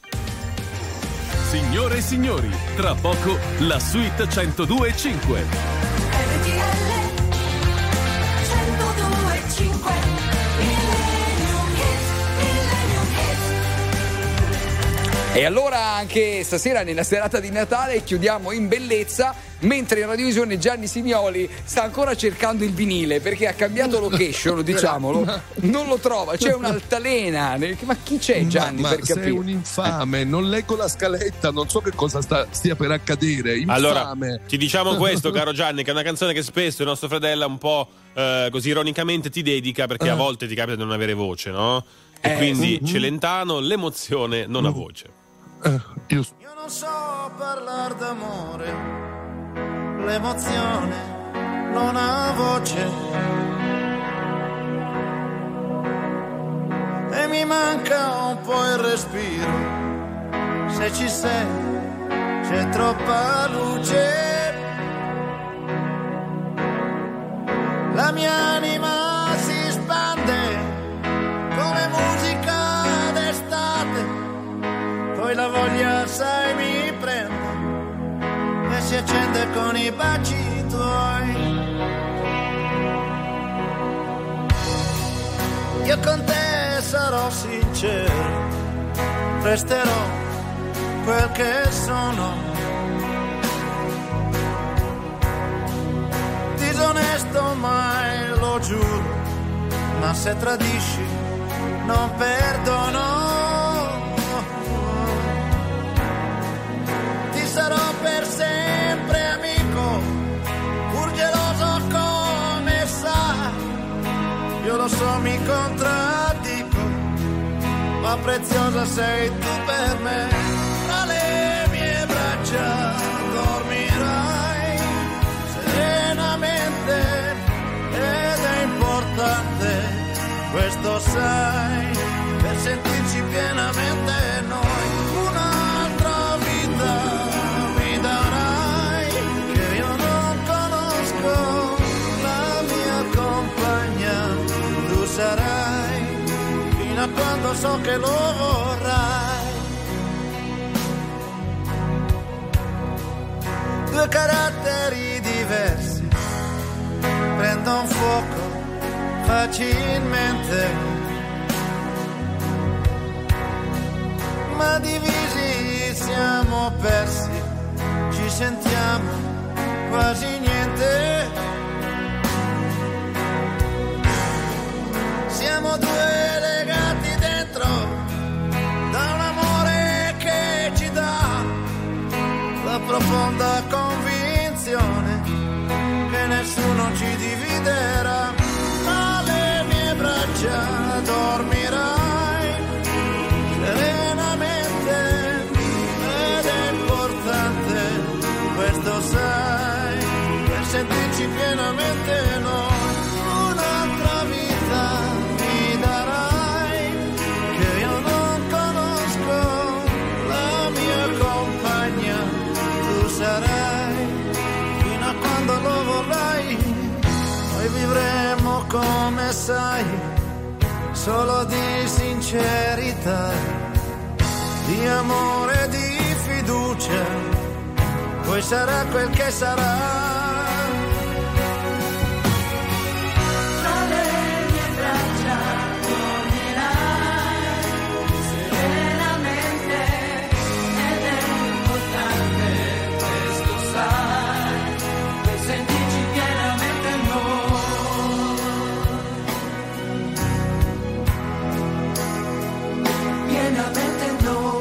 Signore e signori, tra poco la suite centodue e cinque. R T L centodue e cinque Millennium Hits, Millennium Hits. E allora anche stasera nella serata di Natale chiudiamo in bellezza, mentre in radiovisione Gianni Simioli sta ancora cercando il vinile perché ha cambiato location, diciamolo, non lo trova, c'è un'altalena. nel- Ma chi c'è Gianni ma, ma per sei capire? un infame, non leggo la scaletta, non so che cosa sta- stia per accadere. Infame. Allora, ti diciamo questo, caro Gianni, che è una canzone che spesso il nostro fratello un po' eh, così ironicamente ti dedica perché a volte ti capita di non avere voce, no? E Eh, quindi mm, Celentano, l'emozione non ha voce. Eh, io Io non so parlare d'amore, l'emozione non ha voce. E mi manca un po' il respiro, se ci sei c'è troppa luce. La mia anima si spande come musica d'estate, poi la voglia sai mi prende e si accende con i baci tuoi. Io con te sarò sincero, resterò quel che sono. Disonesto mai lo giuro, ma se tradisci non perdono. Ti sarò per sempre amico, pur geloso come sai. Io lo so mi contraddico, ma preziosa sei tu per me. Tra le mie braccia dormirai serenamente ed è importante, questo sai, per sentirci pienamente noi. Un'altra vita mi darai che io non conosco, la mia compagna tu sarai, fino a quando so che lo vorrai. Due caratteri diversi prendono fuoco facilmente, ma divisi siamo persi, ci sentiamo quasi niente. Siamo due legati dentro da un amore che ci dà la profonda convinzione che nessuno ci dividerà. Alle mie braccia dormirai serenamente ed è importante, questo sai, per sentirci pienamente noi. Un'altra vita mi darai che io non conosco, la mia compagna tu sarai, fino a quando lo vorrai. Noi vivremo come sai, solo di sincerità, di amore, di fiducia, poi sarà quel che sarà. Tra le mie braccia dormirai serenamente ed è importante, questo sai, per sentirci pienamente noi. Pienamente noi.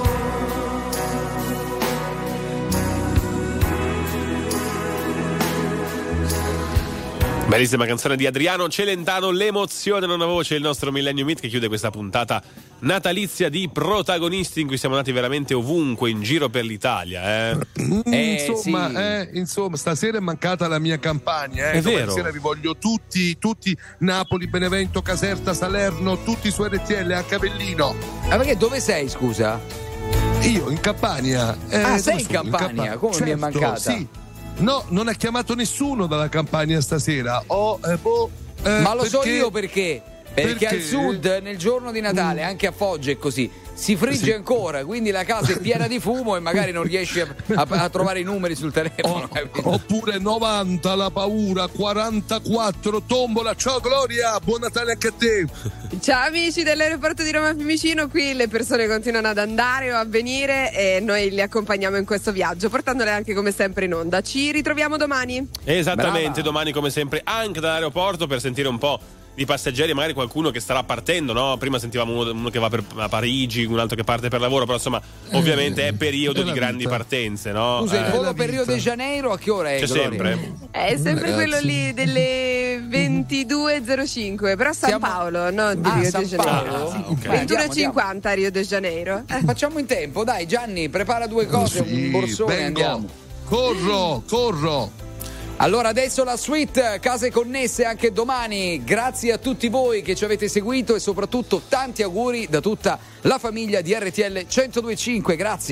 Bellissima canzone di Adriano Celentano, l'emozione non ha voce, il nostro Millennium Hit che chiude questa puntata natalizia di Protagonisti in cui siamo andati veramente ovunque in giro per l'Italia. Eh? Eh, insomma, sì. eh, insomma, stasera è mancata la mia campagna. Eh. È vero. Stasera vi voglio tutti, tutti Napoli, Benevento, Caserta, Salerno, tutti su R T L, anche Avellino. Ma perché dove sei, scusa? Io in Campania. Eh, ah, sei in sono? Campania? In Campania. Come certo, mi è mancata? Sì. No, non ha chiamato nessuno dalla Campania stasera. Oh, eh, boh, eh, Ma lo perché... so io perché. Perché, Perché? al sud nel giorno di Natale, anche a Foggia è così, si frigge Sì. ancora, quindi la casa è piena di fumo e magari non riesci a, a- a trovare i numeri sul telefono. capito? Oppure novanta la paura, quarantaquattro tombola. Ciao Gloria, buon Natale anche a te. Ciao amici dell'aeroporto di Roma Fiumicino, qui le persone continuano ad andare o a venire e noi li accompagniamo in questo viaggio, portandole anche come sempre in onda. Ci ritroviamo domani. Esattamente, Brava. domani come sempre anche dall'aeroporto per sentire un po' di passeggeri, magari qualcuno che starà partendo, no? Prima sentivamo uno, uno che va per, a Parigi, un altro che parte per lavoro, però insomma ovviamente è periodo è di la grandi vita. partenze, no? Scusa, il Eh, volo per Rio de Janeiro a che ora è? c'è Gloria? sempre. È sempre Ragazzi. quello lì delle ventidue e zero cinque, però San Siamo- Paolo, no di Ah, Rio San de Janeiro. Paolo? Sì. Ah, ok. ventuno e Andiamo, cinquanta a Rio de Janeiro. Eh, facciamo in tempo, dai Gianni, prepara due cose, Sì, un borsone, vengo. andiamo. Corro, corro. Allora adesso la suite Case Connesse anche domani. Grazie a tutti voi che ci avete seguito e soprattutto tanti auguri da tutta la famiglia di R T L centodue e cinque. Grazie.